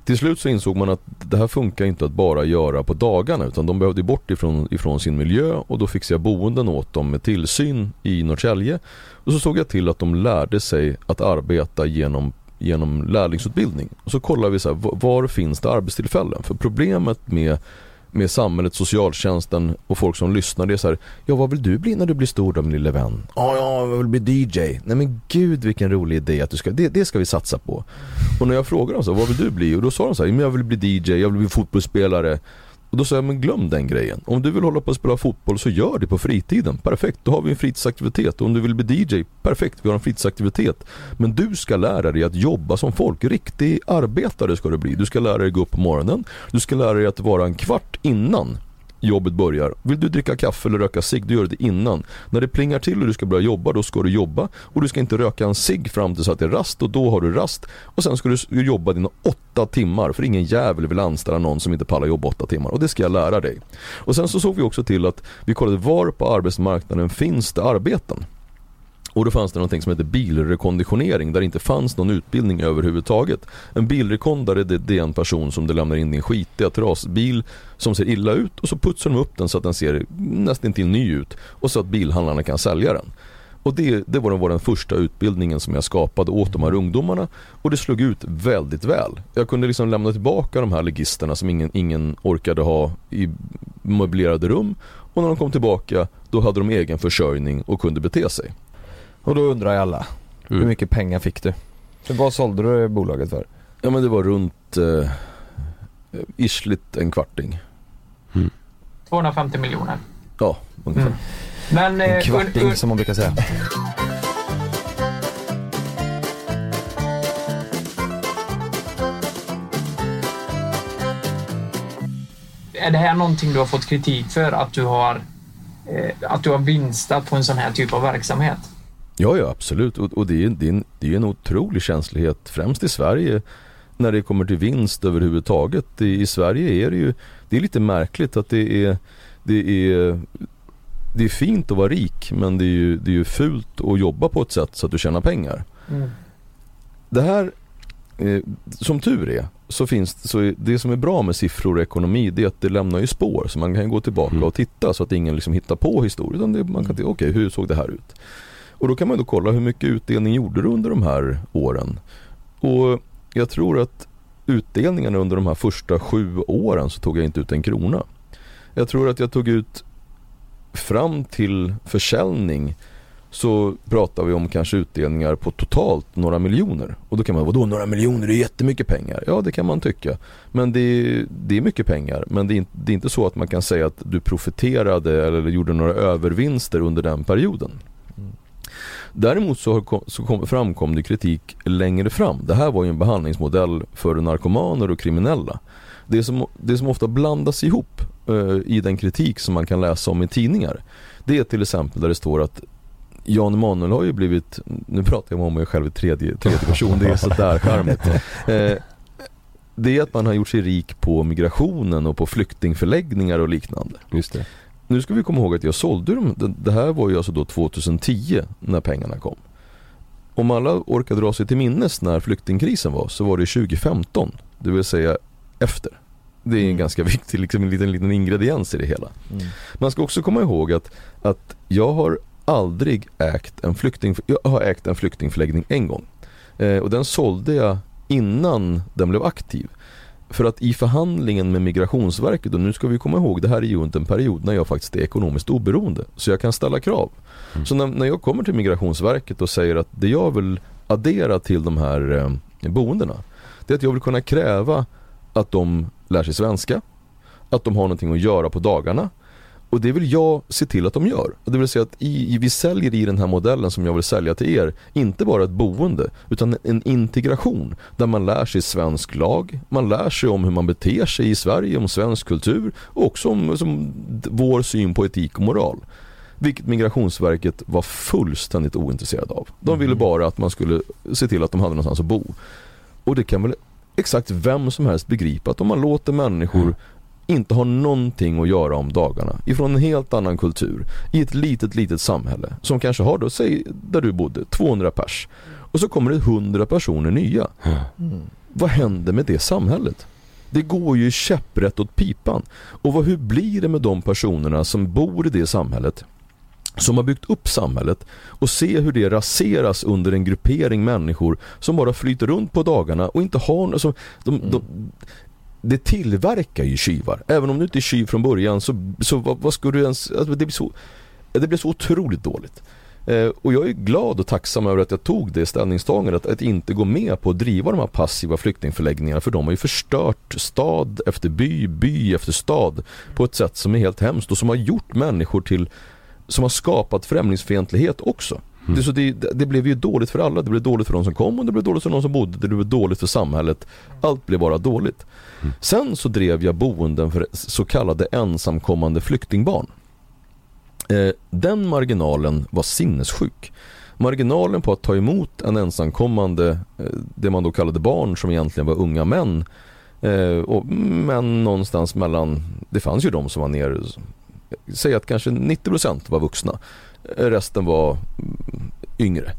till slut så insåg man att det här funkar inte att bara göra på dagarna, utan de behövde bort ifrån, ifrån sin miljö, och då fixade jag boenden åt dem med tillsyn i Norrtälje. Och så såg jag till att de lärde sig att arbeta genom, genom lärlingsutbildning. Och så kollade vi så här, var finns det arbetstillfällen? För problemet med med samhället, socialtjänsten och folk som lyssnar, det är så här: ja, vad vill du bli när du blir stor då, min lille vän? Ja, ja, jag vill bli D J. Nej men gud, vilken rolig idé att du ska, det, det ska vi satsa på. Och när jag frågade dem så, vad vill du bli? Och då sa de så här, men jag vill bli D J, jag vill bli fotbollsspelare. Och då sa jag, men glöm den grejen. Om du vill hålla på att spela fotboll, så gör det på fritiden. Perfekt, då har vi en fritidsaktivitet. Och om du vill bli D J, perfekt, vi har en fritidsaktivitet. Men du ska lära dig att jobba som folk. Riktig arbetare ska du bli. Du ska lära dig gå upp på morgonen. Du ska lära dig att vara en kvart innan jobbet börjar. Vill du dricka kaffe eller röka cigg, du gör det innan. När det plingar till och du ska börja jobba, då ska du jobba. Och du ska inte röka en cigg fram till så att det är rast, och då har du rast. Och sen ska du jobba dina åtta timmar, för ingen jävel vill anställa någon som inte pallar jobba åtta timmar. Och det ska jag lära dig. Och sen så såg vi också till att vi kollade var på arbetsmarknaden finns det arbeten. Och då fanns det någonting som heter bilrekonditionering, där det inte fanns någon utbildning överhuvudtaget. En bilrekondare, det, det är en person som det lämnar in din skitiga trasbil som ser illa ut, och så putsar de upp den så att den ser nästan till ny ut, och så att bilhandlarna kan sälja den. Och det, det var, den, var den första utbildningen som jag skapade åt de här ungdomarna, och det slog ut väldigt väl. Jag kunde liksom lämna tillbaka de här legisterna som ingen, ingen orkade ha i möblerade rum, och när de kom tillbaka, då hade de egen försörjning och kunde bete sig. Och då undrar jag alla, mm. hur mycket pengar fick du? Så vad sålde du bolaget för? Ja, men det var runt eh, isligt en kvarting. Mm. tvåhundrafemtio miljoner. Ja, ungefär. Mm. Men, eh, en kvarting un- un- som man brukar säga. Är det här någonting du har fått kritik för, att du har, eh, att du har vinstat på en sån här typ av verksamhet? Ja, ja, absolut. Och, och det, är, det, är en, det är en otrolig känslighet, främst i Sverige, när det kommer till vinst överhuvudtaget. I, i Sverige är det ju, det är lite märkligt att det är, det är, det är fint att vara rik, men det är ju, det är ju fult att jobba på ett sätt så att du tjänar pengar. Mm. Det här, eh, som tur är, så finns så det som är bra med siffror och ekonomi, det är att det lämnar ju spår, så man kan gå tillbaka mm. och titta, så att ingen liksom hittar på historien, utan det, man kan titta, okej, okay, hur såg det här ut? Och då kan man då kolla hur mycket utdelning gjorde du under de här åren. Och jag tror att utdelningarna under de här första sju åren så tog jag inte ut en krona. Jag tror att jag tog ut, fram till försäljning så pratar vi om kanske utdelningar på totalt några miljoner. Och då kan man, vadå några miljoner, det är jättemycket pengar. Ja, det kan man tycka. Men det är, det är mycket pengar. Men det är, inte, det är inte så att man kan säga att du profiterade eller gjorde några övervinster under den perioden. Mm. Däremot så, så kom, framkom det kritik längre fram. Det här var ju en behandlingsmodell för narkomaner och kriminella. Det som, det som ofta blandas ihop uh, i den kritik som man kan läsa om i tidningar, det är till exempel där det står att Jan Emanuel har ju blivit, nu pratar jag om mig själv i tredje, tredje person, det är så där charmigt. Uh, det är att man har gjort sig rik på migrationen och på flyktingförläggningar och liknande. Just det. Nu ska vi komma ihåg att jag sålde dem. Det här var ju alltså då tjugohundratio när pengarna kom. Om alla orkar dra sig till minnes när flyktingkrisen var, så var det tjugofemton. Det vill säga efter. Det är en mm. ganska viktig liksom, en liten, liten ingrediens i det hela. Mm. Man ska också komma ihåg att, att jag har aldrig ägt en flykting, jag har ägt en flyktingförläggning en gång. Eh, och den sålde jag innan den blev aktiv. För att i förhandlingen med Migrationsverket, och nu ska vi komma ihåg, det här är ju inte en period när jag faktiskt är ekonomiskt oberoende, så jag kan ställa krav. Mm. Så när, när jag kommer till Migrationsverket och säger att det jag vill addera till de här eh, boendena, det är att jag vill kunna kräva att de lär sig svenska, att de har någonting att göra på dagarna, och det vill jag se till att de gör. Och det vill säga att i, i, vi säljer i den här modellen som jag vill sälja till er, inte bara ett boende, utan en integration där man lär sig svensk lag, man lär sig om hur man beter sig i Sverige, om svensk kultur, och också om som vår syn på etik och moral. Vilket Migrationsverket var fullständigt ointresserad av. De ville bara att man skulle se till att de hade någonstans att bo. Och det kan väl exakt vem som helst begripa, att om man låter människor mm. inte har någonting att göra om dagarna ifrån en helt annan kultur i ett litet, litet samhälle som kanske har då, säg där du bodde, tvåhundra pers, och så kommer det hundra personer nya. Mm. vad händer med det samhället? Det går ju käpprätt åt pipan. Och vad, hur blir det med de personerna som bor i det samhället, som har byggt upp samhället, och se hur det raseras under en gruppering människor som bara flyter runt på dagarna och inte har alltså, de, mm. de, det tillverkar ju tjuvar. Även om du inte är tjuv från början, så, så vad, vad ska du ens, alltså, det blir så det blir så otroligt dåligt. Eh, och jag är glad och tacksam över att jag tog det ställningstagandet att, att inte gå med på att driva de här passiva flyktingförläggningarna, för de har ju förstört stad efter by, by efter stad på ett sätt som är helt hemskt och som har gjort människor till, som har skapat främlingsfientlighet också. Mm. Det, så det, det blev ju dåligt för alla. Det blev dåligt för de som kom och det blev dåligt för de som bodde. Det blev dåligt för samhället. Allt blev bara dåligt. Mm. Sen så drev jag boenden för så kallade ensamkommande flyktingbarn. Eh, den marginalen var sinnessjuk. Marginalen på att ta emot en ensamkommande, eh, det man då kallade barn som egentligen var unga män, eh, och män någonstans mellan, det fanns ju de som var ner, säg att kanske nittio procent var vuxna, resten var yngre.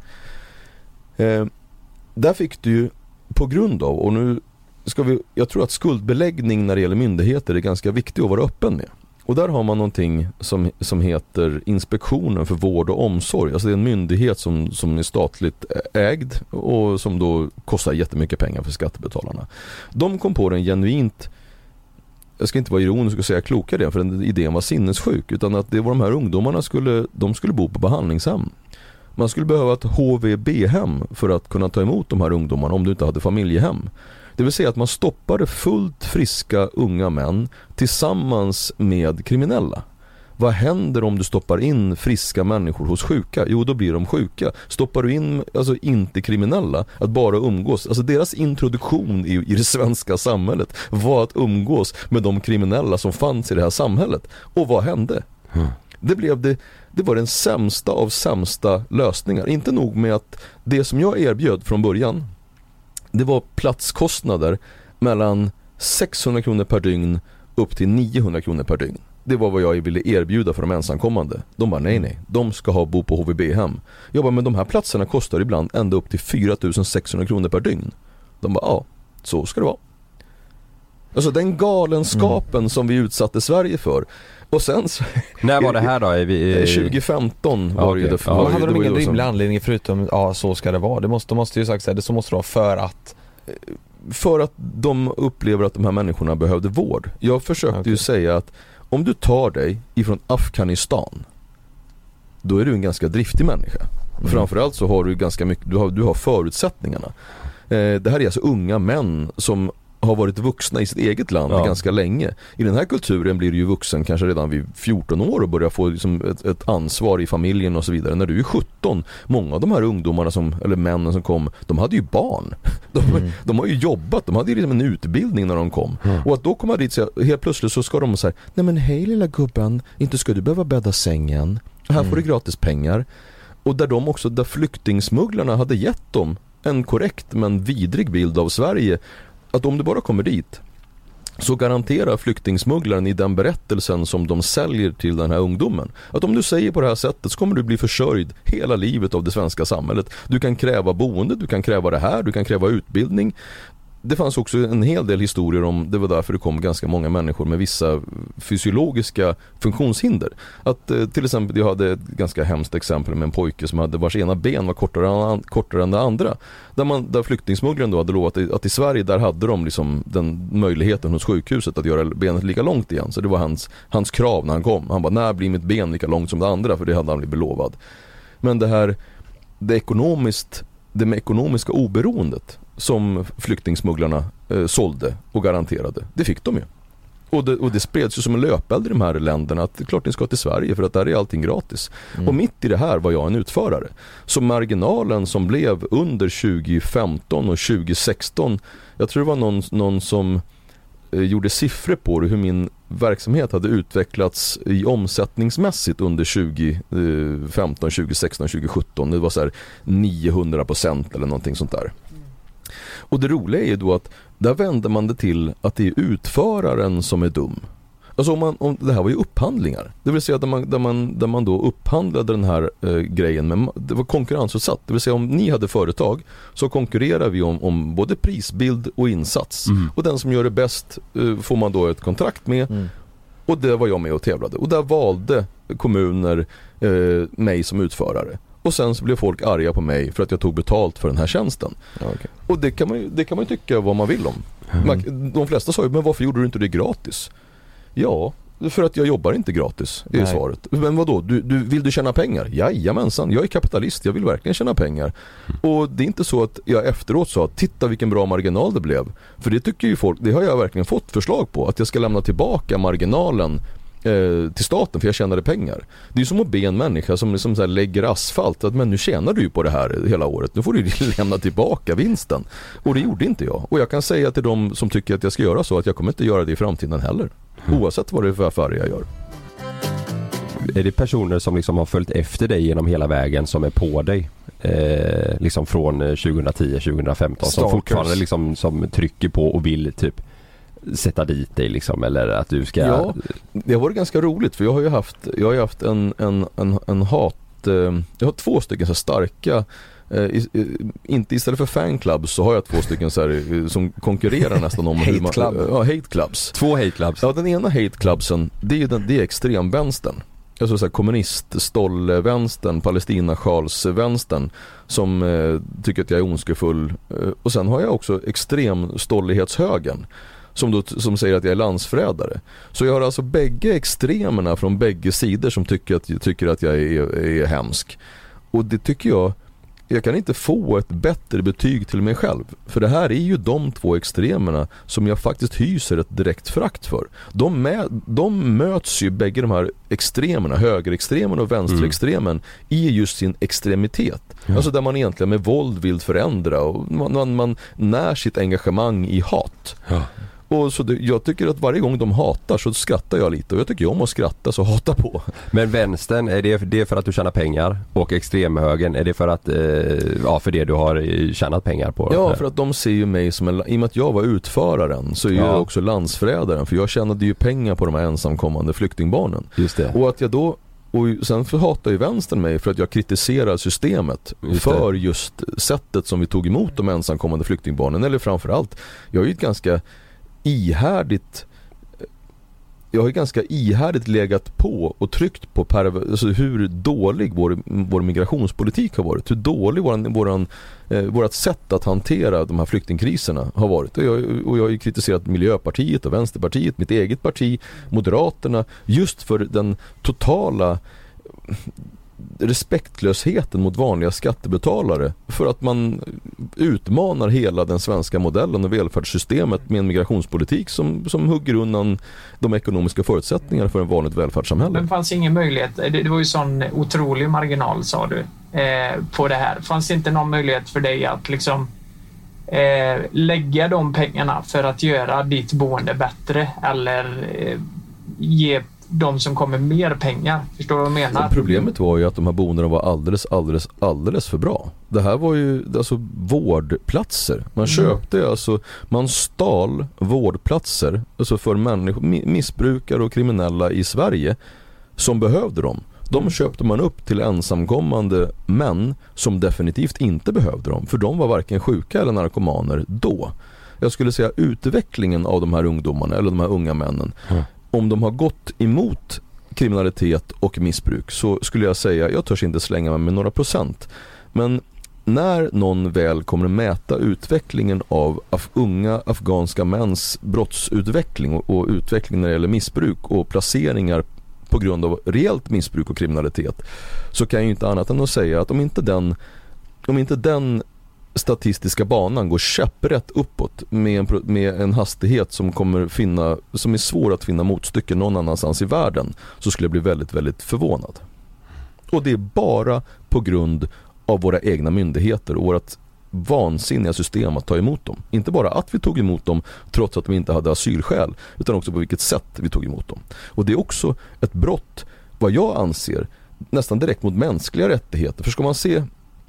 Eh, där fick du ju på grund av, och nu ska vi, jag tror att skuldbeläggning när det gäller myndigheter är ganska viktigt att vara öppen med. Och där har man någonting som, som heter Inspektionen för vård och omsorg. Alltså det är en myndighet som, som är statligt ägd och som då kostar jättemycket pengar för skattebetalarna. De kom på den genuint, jag ska inte vara ironisk och säga kloka det, för den idén var sinnessjuk, utan att det var de här ungdomarna skulle, de skulle bo på behandlingshem. Man skulle behöva ett H V B-hem för att kunna ta emot de här ungdomarna om du inte hade familjehem. Det vill säga att man stoppade fullt friska unga män tillsammans med kriminella. Vad händer om du stoppar in friska människor hos sjuka? Jo, då blir de sjuka. Stoppar du in alltså inte kriminella, att bara umgås. Alltså deras introduktion i, i det svenska samhället var att umgås med de kriminella som fanns i det här samhället. Och vad hände? Mm. Det blev det, det var den sämsta av sämsta lösningar. Inte nog med att det som jag erbjöd från början, det var platskostnader mellan sexhundra kronor per dygn upp till niohundra kronor per dygn. Det var vad jag ville erbjuda för de ensamkommande. De bara nej nej, de ska ha bo på H V B-hem. Jag bara, men de här platserna kostar ibland ända upp till fyra tusen sexhundra kronor per dygn. De bara, ja, så ska det vara. Alltså den galenskapen mm. som vi utsatte Sverige för. Och sen så, när var det här då? Vi, tjugo femton var okay. det ju. Ja, var hade det, de ingen rimlig som... anledning förutom ja, så ska det vara. Det måste, de måste ju sagt så här, det så måste det vara för att för att de upplever att de här människorna behövde vård. Jag försökte okay. ju säga att om du tar dig ifrån Afghanistan, då är du en ganska driftig människa. Mm. Framförallt så har du ganska mycket, du har, du har förutsättningarna. Eh, det här är alltså unga män som har varit vuxna i sitt eget land ja. ganska länge. I den här kulturen blir du ju vuxen kanske redan vid fjorton år och börjar få liksom ett, ett ansvar i familjen och så vidare. När du är sjutton, många av de här ungdomarna som, eller männen som kom, de hade ju barn. De, mm. de har ju jobbat, de hade ju liksom en utbildning när de kom. Mm. Och att då komma dit så helt plötsligt så ska de säga, nej men hej lilla gubben, inte ska du behöva bädda sängen. Här mm. får du gratis pengar. Och där de också, där flyktingsmugglarna hade gett dem en korrekt men vidrig bild av Sverige, att om du bara kommer dit så garanterar flyktingsmugglaren i den berättelsen som de säljer till den här ungdomen, att om du säger på det här sättet så kommer du bli försörjd hela livet av det svenska samhället. Du kan kräva boende, du kan kräva det här, du kan kräva utbildning. Det fanns också en hel del historier om, det var därför det kom ganska många människor med vissa fysiologiska funktionshinder. Att eh, till exempel, jag hade ett ganska hemskt exempel med en pojke som hade, vars ena ben var kortare än, kortare än det andra. Där, man, där flyktingsmugglaren då hade lovat att, att i Sverige där hade de liksom den möjligheten hos sjukhuset att göra benet lika långt igen. Så det var hans, hans krav när han kom. Han bara, när blir mitt ben lika långt som det andra? För det hade han blivit belovad. Men det här, det ekonomiskt, det med ekonomiska oberoendet som flyktingsmugglarna eh, sålde och garanterade, det fick de ju. Och det, och det spreds ju som en löpeld i de här länderna att det är klart ni ska till Sverige för att där är allting gratis. Mm. Och mitt i det här var jag en utförare. Så marginalen som blev under tjugo femton och tjugo sexton, jag tror det var någon, någon som eh, gjorde siffror på hur min verksamhet hade utvecklats i omsättningsmässigt under tjugo femton, tjugo sexton, tjugo sjutton. Det var så här niohundra procent eller någonting sånt där. Och det roliga är ju då att där vänder man det till att det är utföraren som är dum. Alltså om man, om, det här var ju upphandlingar. Det vill säga där man, där man, där man då upphandlade den här eh, grejen. Men det var konkurrensutsatt. Det vill säga om ni hade företag så konkurrerar vi om, om både prisbild och insats. Mm. Och den som gör det bäst eh, får man då ett kontrakt med. Mm. Och det var jag med och tävlade. Och där valde kommuner eh, mig som utförare. Och sen så blev folk arga på mig för att jag tog betalt för den här tjänsten. Okay. Och det kan man ju, det kan man ju tycka vad man vill om. Mm. De flesta sa ju, men varför gjorde du inte det gratis? Ja, för att jag jobbar inte gratis, är svaret. Men vadå, du, du, vill du tjäna pengar? Jajamensan, jag är kapitalist, jag vill verkligen tjäna pengar. Mm. Och det är inte så att jag efteråt sa, titta vilken bra marginal det blev. För det tycker ju folk, det har jag verkligen fått förslag på, att jag ska lämna tillbaka marginalen eh, till staten för jag tjänade pengar. Det är ju som att be en människa som liksom så här lägger asfalt att men nu tjänar du ju på det här hela året, nu får du lämna tillbaka vinsten. Och det gjorde inte jag. Och jag kan säga till de som tycker att jag ska göra så att jag kommer inte göra det i framtiden heller. Oavsett vad det är för affärer jag gör. Är det personer som liksom har följt efter dig genom hela vägen som är på dig? Eh, liksom från tjugohundratio tjugohundrafemton som fortfarande liksom som trycker på och vill typ sätta dit dig liksom, eller att du ska... Ja, det har varit ganska roligt för jag har ju haft, jag har ju haft en, en, en, en hat... Eh, jag har två stycken så starka... Uh, i, i, inte istället för fanclubs så har jag två stycken så här, som konkurrerar nästan om hur man, club. uh, ja, hate clubs. Två hate clubs. Ja, den ena hate clubsen det är den det är extremvänstern. Alltså så här kommunist stollvänstern, Palestina-sjalsvänstern som uh, tycker att jag är ondskefull. Uh, och sen har jag också extrem stollighetshögern som då, som säger att jag är landsförrädare. Så jag har alltså bägge extremerna från bägge sidor som tycker att tycker att jag är, är hemsk. Och det tycker jag Jag kan inte få ett bättre betyg till mig själv. För det här är ju de två extremerna som jag faktiskt hyser ett direkt förakt för. De, med, de möts ju bägge de här extremerna, högerextremen och vänsterextremen, mm. i just sin extremitet. Mm. Alltså där man egentligen med våld vill förändra och man, man, man när sitt engagemang i hat. Ja. Och så det, jag tycker att varje gång de hatar så skrattar jag lite. Och jag tycker om att skratta så hata på. Men vänstern, är det, det för att du tjänar pengar? Och extremhögern, är det för att eh, ja, för det du har tjänat pengar på? Ja, för att de ser ju mig som en... I och med att jag var utföraren så är ja. jag också landsförrädaren. För jag tjänade ju pengar på de här ensamkommande flyktingbarnen. Just det. Och att jag då... Och sen hatar ju vänstern mig för att jag kritiserar systemet just för just sättet som vi tog emot de ensamkommande flyktingbarnen. Eller framförallt, jag är ju ett ganska... ihärdigt jag har ju ganska ihärdigt legat på och tryckt på perver- alltså hur dålig vår, vår migrationspolitik har varit, hur dålig våran, våran, eh, vårat sätt att hantera de här flyktingkriserna har varit. Och jag, och jag har ju kritiserat Miljöpartiet och Vänsterpartiet, mitt eget parti, Moderaterna, just för den totala respektlösheten mot vanliga skattebetalare för att man utmanar hela den svenska modellen och välfärdssystemet med en migrationspolitik som, som hugger undan de ekonomiska förutsättningarna för en vanligt välfärdssamhälle. Men fanns ingen möjlighet, det, det var ju sån otrolig marginal sa du eh, på det här. Fanns det inte någon möjlighet för dig att liksom eh, lägga de pengarna för att göra ditt boende bättre eller eh, ge de som kommer mer pengar? Förstår du vad jag menar? Men problemet var ju att de här boendena var alldeles, alldeles, alldeles för bra. Det här var ju alltså vårdplatser. Man mm. köpte alltså, man stal vårdplatser alltså för människor, missbrukare och kriminella i Sverige som behövde dem. De köpte man upp till ensamkommande män som definitivt inte behövde dem. För de var varken sjuka eller narkomaner då. Jag skulle säga utvecklingen av de här ungdomarna eller de här unga männen mm. om de har gått emot kriminalitet och missbruk så skulle jag säga, jag törs inte slänga mig med några procent. Men när någon väl kommer att mäta utvecklingen av af- unga afghanska mäns brottsutveckling och, och utveckling när det gäller missbruk och placeringar på grund av reellt missbruk och kriminalitet så kan jag ju inte annat än att säga att om inte den, om inte den statistiska banan går käpprätt uppåt med en, med en hastighet som kommer finna, som är svår att finna motstycke någon annanstans i världen så skulle jag bli väldigt, väldigt förvånad. Och det är bara på grund av våra egna myndigheter och vårt vansinniga system att ta emot dem. Inte bara att vi tog emot dem trots att de inte hade asylskäl utan också på vilket sätt vi tog emot dem. Och det är också ett brott, vad jag anser, nästan direkt mot mänskliga rättigheter. För ska man se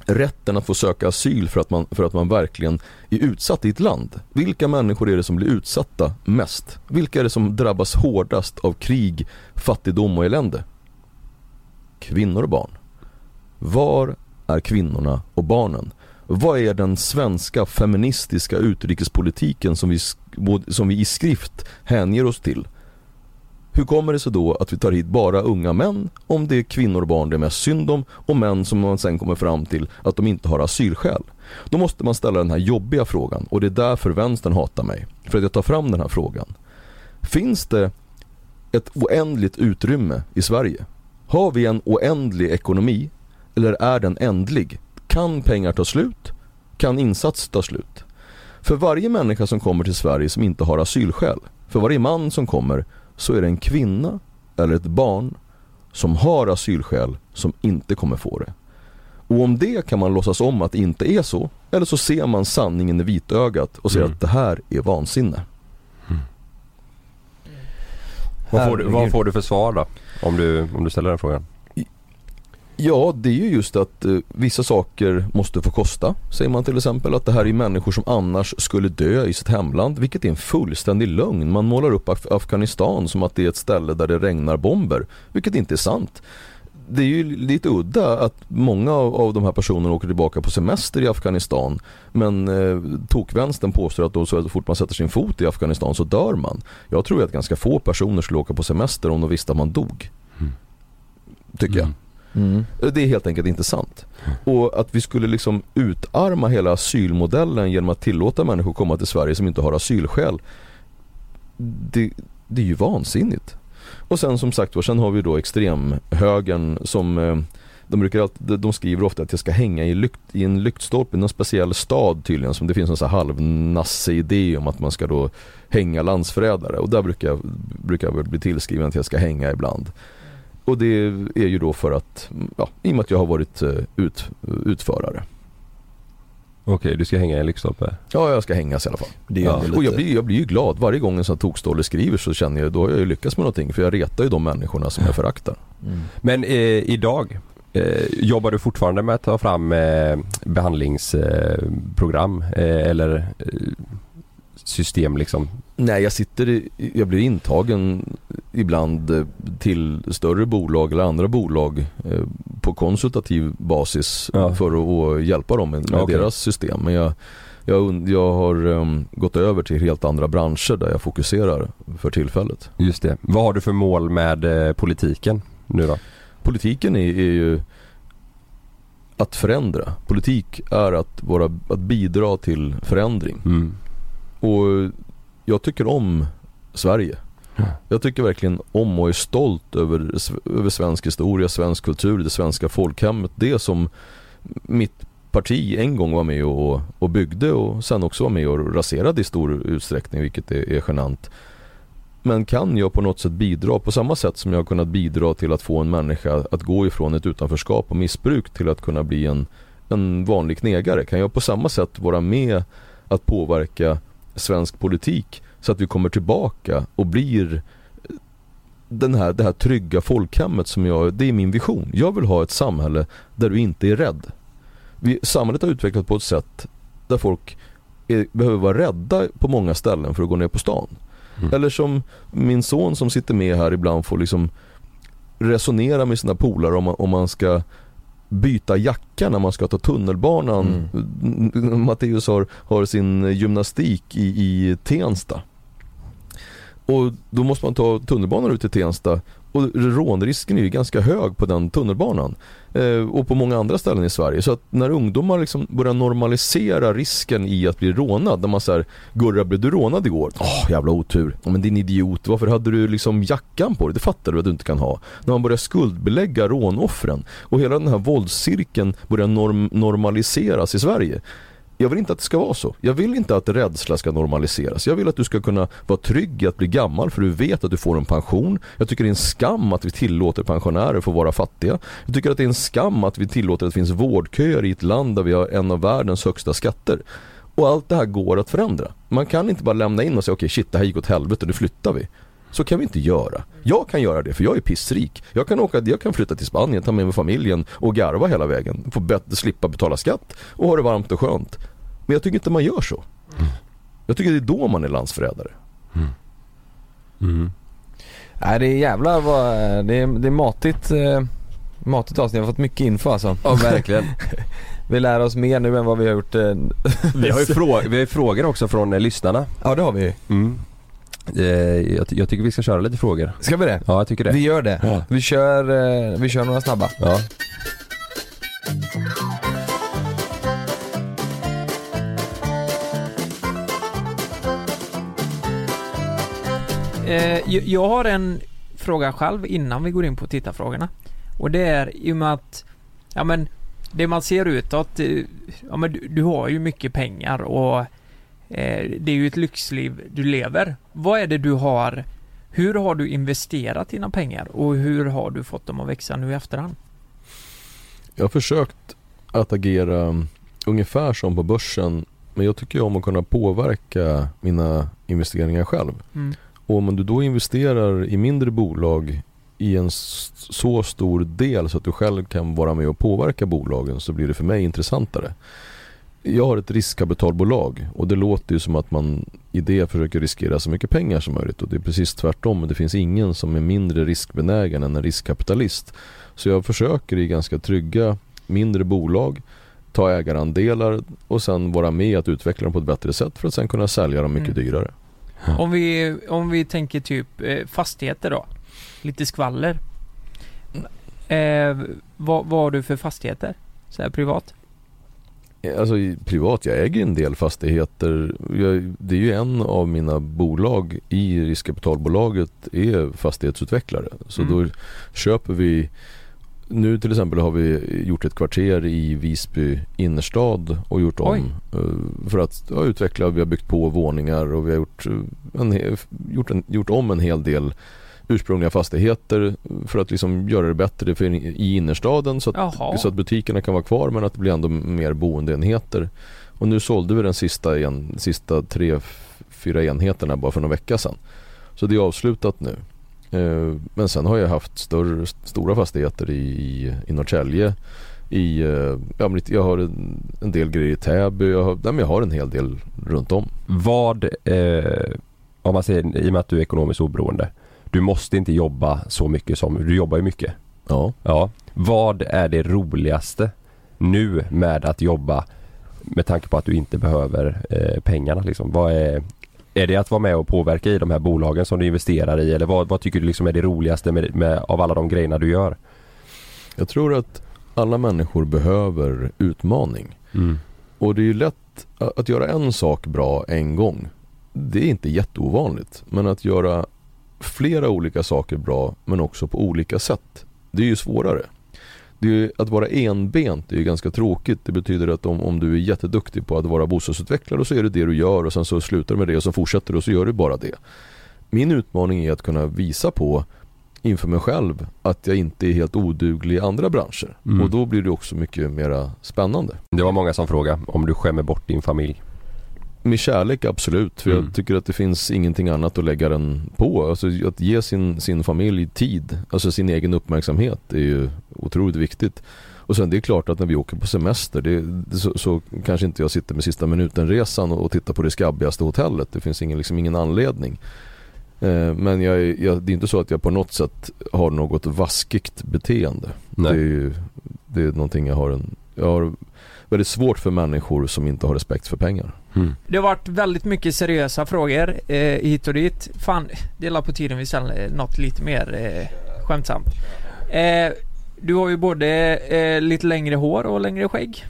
rätten att få söka asyl för att man, för att man verkligen är utsatt i ett land. Vilka människor är det som blir utsatta mest? Vilka är det som drabbas hårdast av krig, fattigdom och elände? Kvinnor och barn. Var är kvinnorna och barnen? Vad är den svenska feministiska utrikespolitiken som vi, som vi i skrift hänger oss till? Hur kommer det sig då att vi tar hit bara unga män om det är kvinnor och barn det är mest synd om, och män som man sen kommer fram till att de inte har asylskäl? Då måste man ställa den här jobbiga frågan, och det är därför vänstern hatar mig. För att jag tar fram den här frågan. Finns det ett oändligt utrymme i Sverige? Har vi en oändlig ekonomi, eller är den ändlig? Kan pengar ta slut? Kan insats ta slut? För varje människa som kommer till Sverige som inte har asylskäl, för varje man som kommer, så är det en kvinna eller ett barn som har asylskäl som inte kommer få det. Och om det kan man låtsas om att det inte är så, eller så ser man sanningen i vitögat och säger mm. att det här är vansinne. Mm. Vad, får du, vad får du för svar då, om du, om du ställer den frågan? Ja, det är ju just att eh, vissa saker måste få kosta. Säger man till exempel att det här är människor som annars skulle dö i sitt hemland, vilket är en fullständig lögn. Man målar upp Af- Afghanistan som att det är ett ställe där det regnar bomber, vilket inte är sant. Det är ju lite udda att många av, av de här personerna åker tillbaka på semester i Afghanistan, men eh, tokvänstern påstår att då så fort man sätter sin fot i Afghanistan så dör man. Jag tror att ganska få personer skulle åka på semester om de visste att man dog. Mm. Tycker jag. Mm. Det är helt enkelt inte sant. Och att vi skulle liksom utarma hela asylmodellen genom att tillåta människor komma till Sverige som inte har asylskäl, det, det är ju vansinnigt. Och sen som sagt, och sen har vi då extremhögern som de brukar alltid, de skriver ofta att jag ska hänga i, lykt, i en lyktstolpe i någon speciell stad tydligen, som det finns en sån här halvnasse idé om att man ska då hänga landsförrädare, och där brukar jag, brukar jag bli tillskriven att jag ska hänga ibland. Och det är ju då för att, ja, i och med att jag har varit ut, utförare. Okej, du ska hänga i en lyktstolpe? Ja, jag ska hängas i alla fall. Det är ja. lite... Och jag blir, jag blir ju glad varje gång en sån tokståle skriver, så känner jag, då har jag ju lyckats med någonting, för jag retar ju de människorna som jag föraktar. Mm. Men eh, idag eh, jobbar du fortfarande med att ta fram eh, behandlingsprogram eh, eller eh, system liksom? Nej, jag sitter i, jag blir intagen ibland till större bolag eller andra bolag eh, på konsultativ basis, ja. för att, att hjälpa dem med, med okay. deras system. Men jag, jag, jag har um, gått över till helt andra branscher där jag fokuserar för tillfället. Just det. Vad har du för mål med eh, politiken nu då? Politiken är, är ju att förändra. Politik är att, vara, att bidra till förändring. Mm. Och jag tycker om Sverige. Jag tycker verkligen om och är stolt över, över svensk historia, svensk kultur, det svenska folkhemmet. Det som mitt parti en gång var med och, och byggde, och sen också var med och raserade i stor utsträckning, vilket är, är genant. Men kan jag på något sätt bidra på samma sätt som jag har kunnat bidra till att få en människa att gå ifrån ett utanförskap och missbruk till att kunna bli en, en vanlig knegare? Kan jag på samma sätt vara med att påverka svensk politik så att vi kommer tillbaka och blir den här, det här trygga folkhemmet som jag, det är min vision. Jag vill ha ett samhälle där du inte är rädd. Vi, samhället har utvecklat på ett sätt där folk är, behöver vara rädda på många ställen för att gå ner på stan. Mm. Eller som min son som sitter med här ibland får liksom resonera med sina polare om, om man ska byta jacka när man ska ta tunnelbanan. Mm. Matteus har, har sin gymnastik i, i Tensta. Och då måste man ta tunnelbanan ut till Tensta, och rånrisken är ju ganska hög på den tunnelbanan eh, och på många andra ställen i Sverige. Så att när ungdomar liksom börjar normalisera risken i att bli rånad, när man säger, Gurra, blev du rånad igår? Åh, jävla otur. Ja, men din idiot, varför hade du liksom jackan på dig? Det fattar du att du inte kan ha. När man börjar skuldbelägga rånoffren och hela den här våldscirkeln börjar norm- normaliseras i Sverige. Jag vill inte att det ska vara så. Jag vill inte att rädsla ska normaliseras. Jag vill att du ska kunna vara trygg i att bli gammal, för du vet att du får en pension. Jag tycker det är en skam att vi tillåter pensionärer få vara fattiga. Jag tycker att det är en skam att vi tillåter att det finns vårdköer i ett land där vi har en av världens högsta skatter. Och allt det här går att förändra. Man kan inte bara lämna in och säga, okej, okay, shit, det här gick åt helvete, nu flyttar vi. Så kan vi inte göra. Jag kan göra det för jag är pissrik. Jag kan åka, jag kan flytta till Spanien, ta med mig familjen och garva hela vägen. Få bet- slippa betala skatt och ha det varmt och skönt. Men jag tycker inte man gör så. Mm. Jag tycker det är då man är landsförrädare. Mm. Mm. Nej, det är jävlar vad, det är, det är matigt, eh, matigt avsnitt. Jag har fått mycket info alltså. Ja, verkligen. Vi lär oss mer nu än vad vi har gjort. Eh, vi har ju frå- vi har frågor också från eh, lyssnarna. Ja, det har vi. Mm. Eh, jag, jag tycker vi ska köra lite frågor. Ska vi det? Ja, jag tycker det. Vi gör det. Ja. Vi kör, eh, vi kör några snabba. Ja. Jag har en fråga själv innan vi går in på tittarfrågorna. Och det är i och med att ja, men, det man ser utåt, ja, men du, du har ju mycket pengar och eh, det är ju ett lyxliv du lever. Vad är det du har, hur har du investerat dina pengar och hur har du fått dem att växa nu i efterhand? Jag har försökt att agera ungefär som på börsen, men jag tycker om att kunna påverka mina investeringar själv. Mm. Och om du då investerar i mindre bolag i en så stor del så att du själv kan vara med och påverka bolagen, så blir det för mig intressantare. Jag har ett riskkapitalbolag och det låter ju som att man i det försöker riskera så mycket pengar som möjligt, och det är precis tvärtom. Det finns ingen som är mindre riskbenägen än en riskkapitalist. Så jag försöker i ganska trygga mindre bolag ta ägarandelar och sen vara med att utveckla dem på ett bättre sätt för att sen kunna sälja dem mycket mm. dyrare. Om vi, om vi tänker typ eh, fastigheter då. Lite skvaller. Eh, vad, vad har du för fastigheter? Så här privat? Alltså privat, jag äger en del fastigheter. Jag, det är ju en av mina bolag i riskkapitalbolaget är fastighetsutvecklare. Så mm. då köper vi, nu till exempel har vi gjort ett kvarter i Visby innerstad och gjort om Oj. för att ja, utveckla. Vi har byggt på våningar och vi har gjort, en, gjort, en, gjort om en hel del ursprungliga fastigheter för att liksom göra det bättre för, i innerstaden så att, så att butikerna kan vara kvar, men att det blir ändå mer boendeenheter. Och nu sålde vi den sista, en, sista tre, fyra enheterna bara för några vecka sedan. Så det är avslutat nu. Men sen har jag haft större, stora fastigheter i, i, i Norrtälje. I, ja, jag har en, en del grejer i Täby. Jag har, nej, jag har en hel del runt om. Vad, eh, om man säger, i och med att du är ekonomiskt oberoende, du måste inte jobba så mycket som, du jobbar ju mycket. Ja. Ja. Vad är det roligaste nu med att jobba med tanke på att du inte behöver eh, pengarna liksom? Vad är... Är det att vara med och påverka i de här bolagen som du investerar i? Eller vad, vad tycker du liksom är det roligaste med, med, av alla de grejerna du gör? Jag tror att alla människor behöver utmaning. Mm. Och det är ju lätt att, att göra en sak bra en gång. Det är inte jätteovanligt. Men att göra flera olika saker bra men också på olika sätt, det är ju svårare. Det är ju, att vara enbent är ju ganska tråkigt. Det betyder att om, om du är jätteduktig på att vara bostadsutvecklare, och så är det det du gör och sen så slutar du med det och så fortsätter du och så gör du bara det. Min utmaning är att kunna visa på inför mig själv att jag inte är helt oduglig i andra branscher. Mm. Och då blir det också mycket mer spännande. Det var många som frågade om du skämmer bort din familj. Med kärlek, absolut. För mm. jag tycker att det finns ingenting annat att lägga den på. Alltså att ge sin, sin familj tid, alltså sin egen uppmärksamhet, är ju otroligt viktigt. Och sen det är klart att när vi åker på semester det, så, så kanske inte jag sitter med sista minuten-resan och, och tittar på det skabbigaste hotellet. Det finns ingen, liksom ingen anledning. Eh, men jag, jag, det är inte så att jag på något sätt har något vaskigt beteende. Nej. Det är ju det är någonting jag har en... Jag har väldigt svårt för människor som inte har respekt för pengar. Mm. Det har varit väldigt mycket seriösa frågor eh, hit och dit. Fan, det är på tiden vi ställer något lite mer eh, skämtsamt. Eh, du har ju både eh, lite längre hår och längre skägg.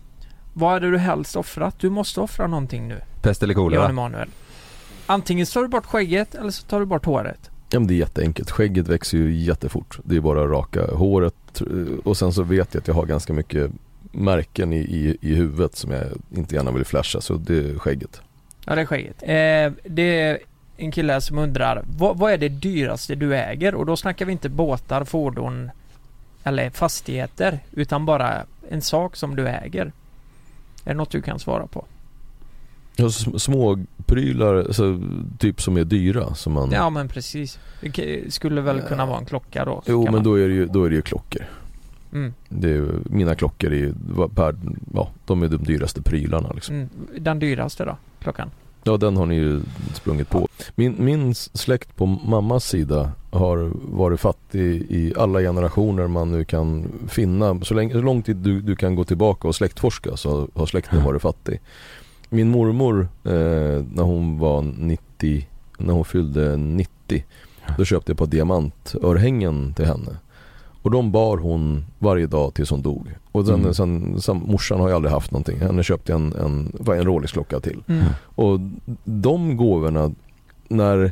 Vad hade du helst offrat? Du måste offra någonting nu. Pest eller kolera? Jan Emanuel. Antingen tar du bort skägget eller så tar du bort håret. Ja, men det är jätteenkelt. Skägget växer ju jättefort. Det är bara raka håret. Och sen så vet jag att jag har ganska mycket märken i, i, i huvudet som jag inte gärna vill flasha, så det är skägget. Ja, det är skägget. Eh, det är en kille som undrar, vad, vad är det dyraste du äger? Och då snackar vi inte båtar, fordon eller fastigheter, utan bara en sak som du äger. Är det något du kan svara på? Ja, små prylar, alltså, typ som är dyra som man... Ja, men precis. Det skulle väl kunna ja. vara en klocka då. Jo, men man... då är det ju, då är det ju klockor. Mm. Det är, mina klockor är ju per, ja, de är de dyraste prylarna liksom. Mm. Den dyraste då, klockan? Ja, den har ni ju sprungit på. Min, min släkt på mammas sida har varit fattig i alla generationer man nu kan finna. Så, länge, så lång tid du, du kan gå tillbaka och släktforska så har släkten varit fattig. Min mormor, eh, när hon var nittio, när hon fyllde nittio, då köpte jag ett par diamantörhängen till henne. Och de bar hon varje dag tills hon dog. Och sen, mm. sen, sen morsan har ju aldrig haft någonting. Henne köpte en, en, en Rolex-klocka till. Mm. Och de gåvorna, när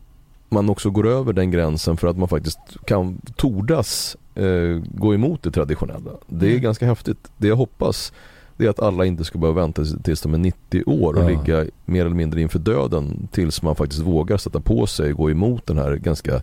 man också går över den gränsen för att man faktiskt kan tordas eh, gå emot det traditionella. Det är mm. ganska häftigt. Det jag hoppas, det är att alla inte ska behöva vänta tills de är nittio år och ja. ligga mer eller mindre inför döden tills man faktiskt vågar sätta på sig och gå emot den här ganska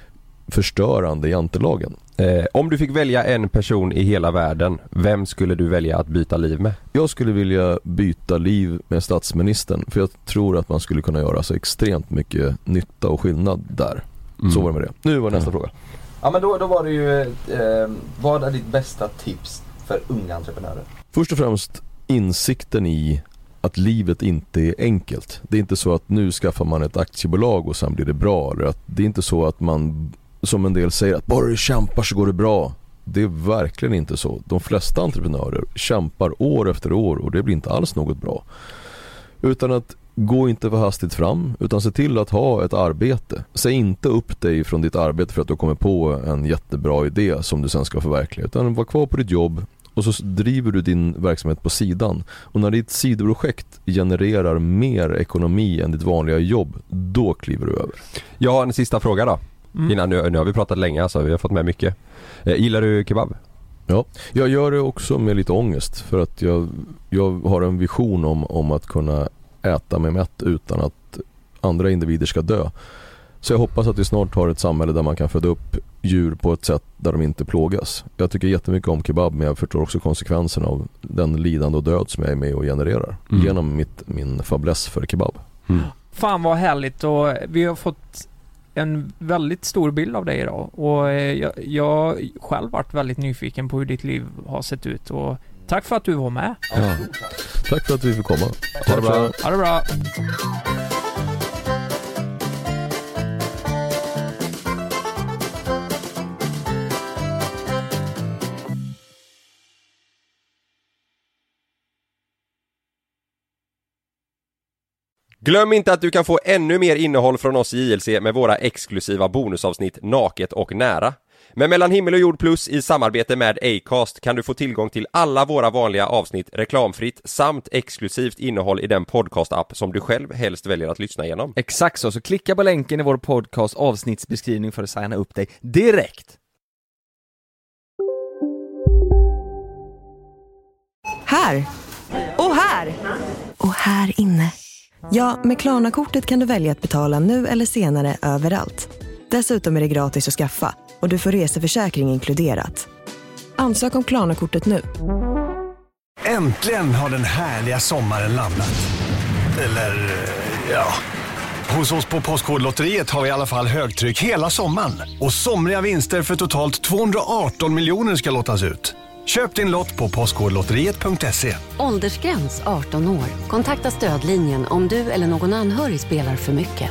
förstörande jantelagen. Eh, om du fick välja en person i hela världen, vem skulle du välja att byta liv med? Jag skulle vilja byta liv med statsministern, för jag tror att man skulle kunna göra så extremt mycket nytta och skillnad där. Mm. Så var det med det. Nu var nästa mm. fråga. Ja, men då, då var det ju eh, vad är ditt bästa tips för unga entreprenörer? Först och främst insikten i att livet inte är enkelt. Det är inte så att nu skaffar man ett aktiebolag och sen blir det bra. Eller att det är inte så att man, som en del säger, att bara du kämpar så går det bra. Det är verkligen inte så. De flesta entreprenörer kämpar år efter år och det blir inte alls något bra. Utan att gå inte för hastigt fram, utan se till att ha ett arbete. Säg inte upp dig från ditt arbete för att du kommer på en jättebra idé som du sen ska förverkliga. Utan var kvar på ditt jobb och så driver du din verksamhet på sidan. Och när ditt sidoprojekt genererar mer ekonomi än ditt vanliga jobb, då kliver du över. Jag har en sista fråga då. Mm. Innan nu, nu har vi pratat länge, alltså, vi har fått med mycket. Eh, gillar du kebab? Ja, jag gör det också med lite ångest. För att jag, jag har en vision om, om att kunna äta mig mätt utan att andra individer ska dö. Så jag hoppas att vi snart har ett samhälle där man kan föda upp djur på ett sätt där de inte plågas. Jag tycker jättemycket om kebab, men jag förstår också konsekvenserna av den lidande och död som jag är med och genererar. Mm. Genom mitt, min fäbless för kebab. Mm. Fan vad härligt, och vi har fått en väldigt stor bild av dig idag. Och jag, jag själv varit väldigt nyfiken på hur ditt liv har sett ut. Och tack för att du var med. Ja. Tack för att vi fick komma. Ha det bra. Ha det bra. Glöm inte att du kan få ännu mer innehåll från oss i J L C med våra exklusiva bonusavsnitt Naket och nära. Med Mellan himmel och jord plus i samarbete med Acast kan du få tillgång till alla våra vanliga avsnitt reklamfritt samt exklusivt innehåll i den podcast-app som du själv helst väljer att lyssna igenom. Exakt så, så klicka på länken i vår podcast avsnittsbeskrivning för att signa upp dig direkt. Här! Och här! Och här inne. Ja, med Klarna-kortet kan du välja att betala nu eller senare överallt. Dessutom är det gratis att skaffa och du får reseförsäkring inkluderat. Ansök om Klarna-kortet nu. Äntligen har den härliga sommaren landat. Eller, ja... Hos oss på Postkodlotteriet har vi i alla fall högtryck hela sommaren. Och somriga vinster för totalt tvåhundraarton miljoner ska lottas ut. Köp din lott på postkodlotteriet punkt se. Åldersgräns arton år. Kontakta stödlinjen om du eller någon anhörig spelar för mycket.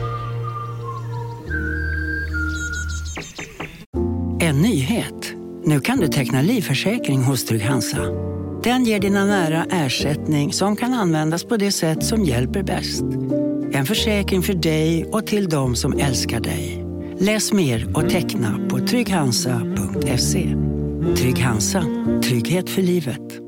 En nyhet. Nu kan du teckna livförsäkring hos Trygg-Hansa. Den ger dina nära ersättning som kan användas på det sätt som hjälper bäst. En försäkring för dig och till de som älskar dig. Läs mer och teckna på trygg hansa punkt se. Trygg-Hansa. Trygghet för livet.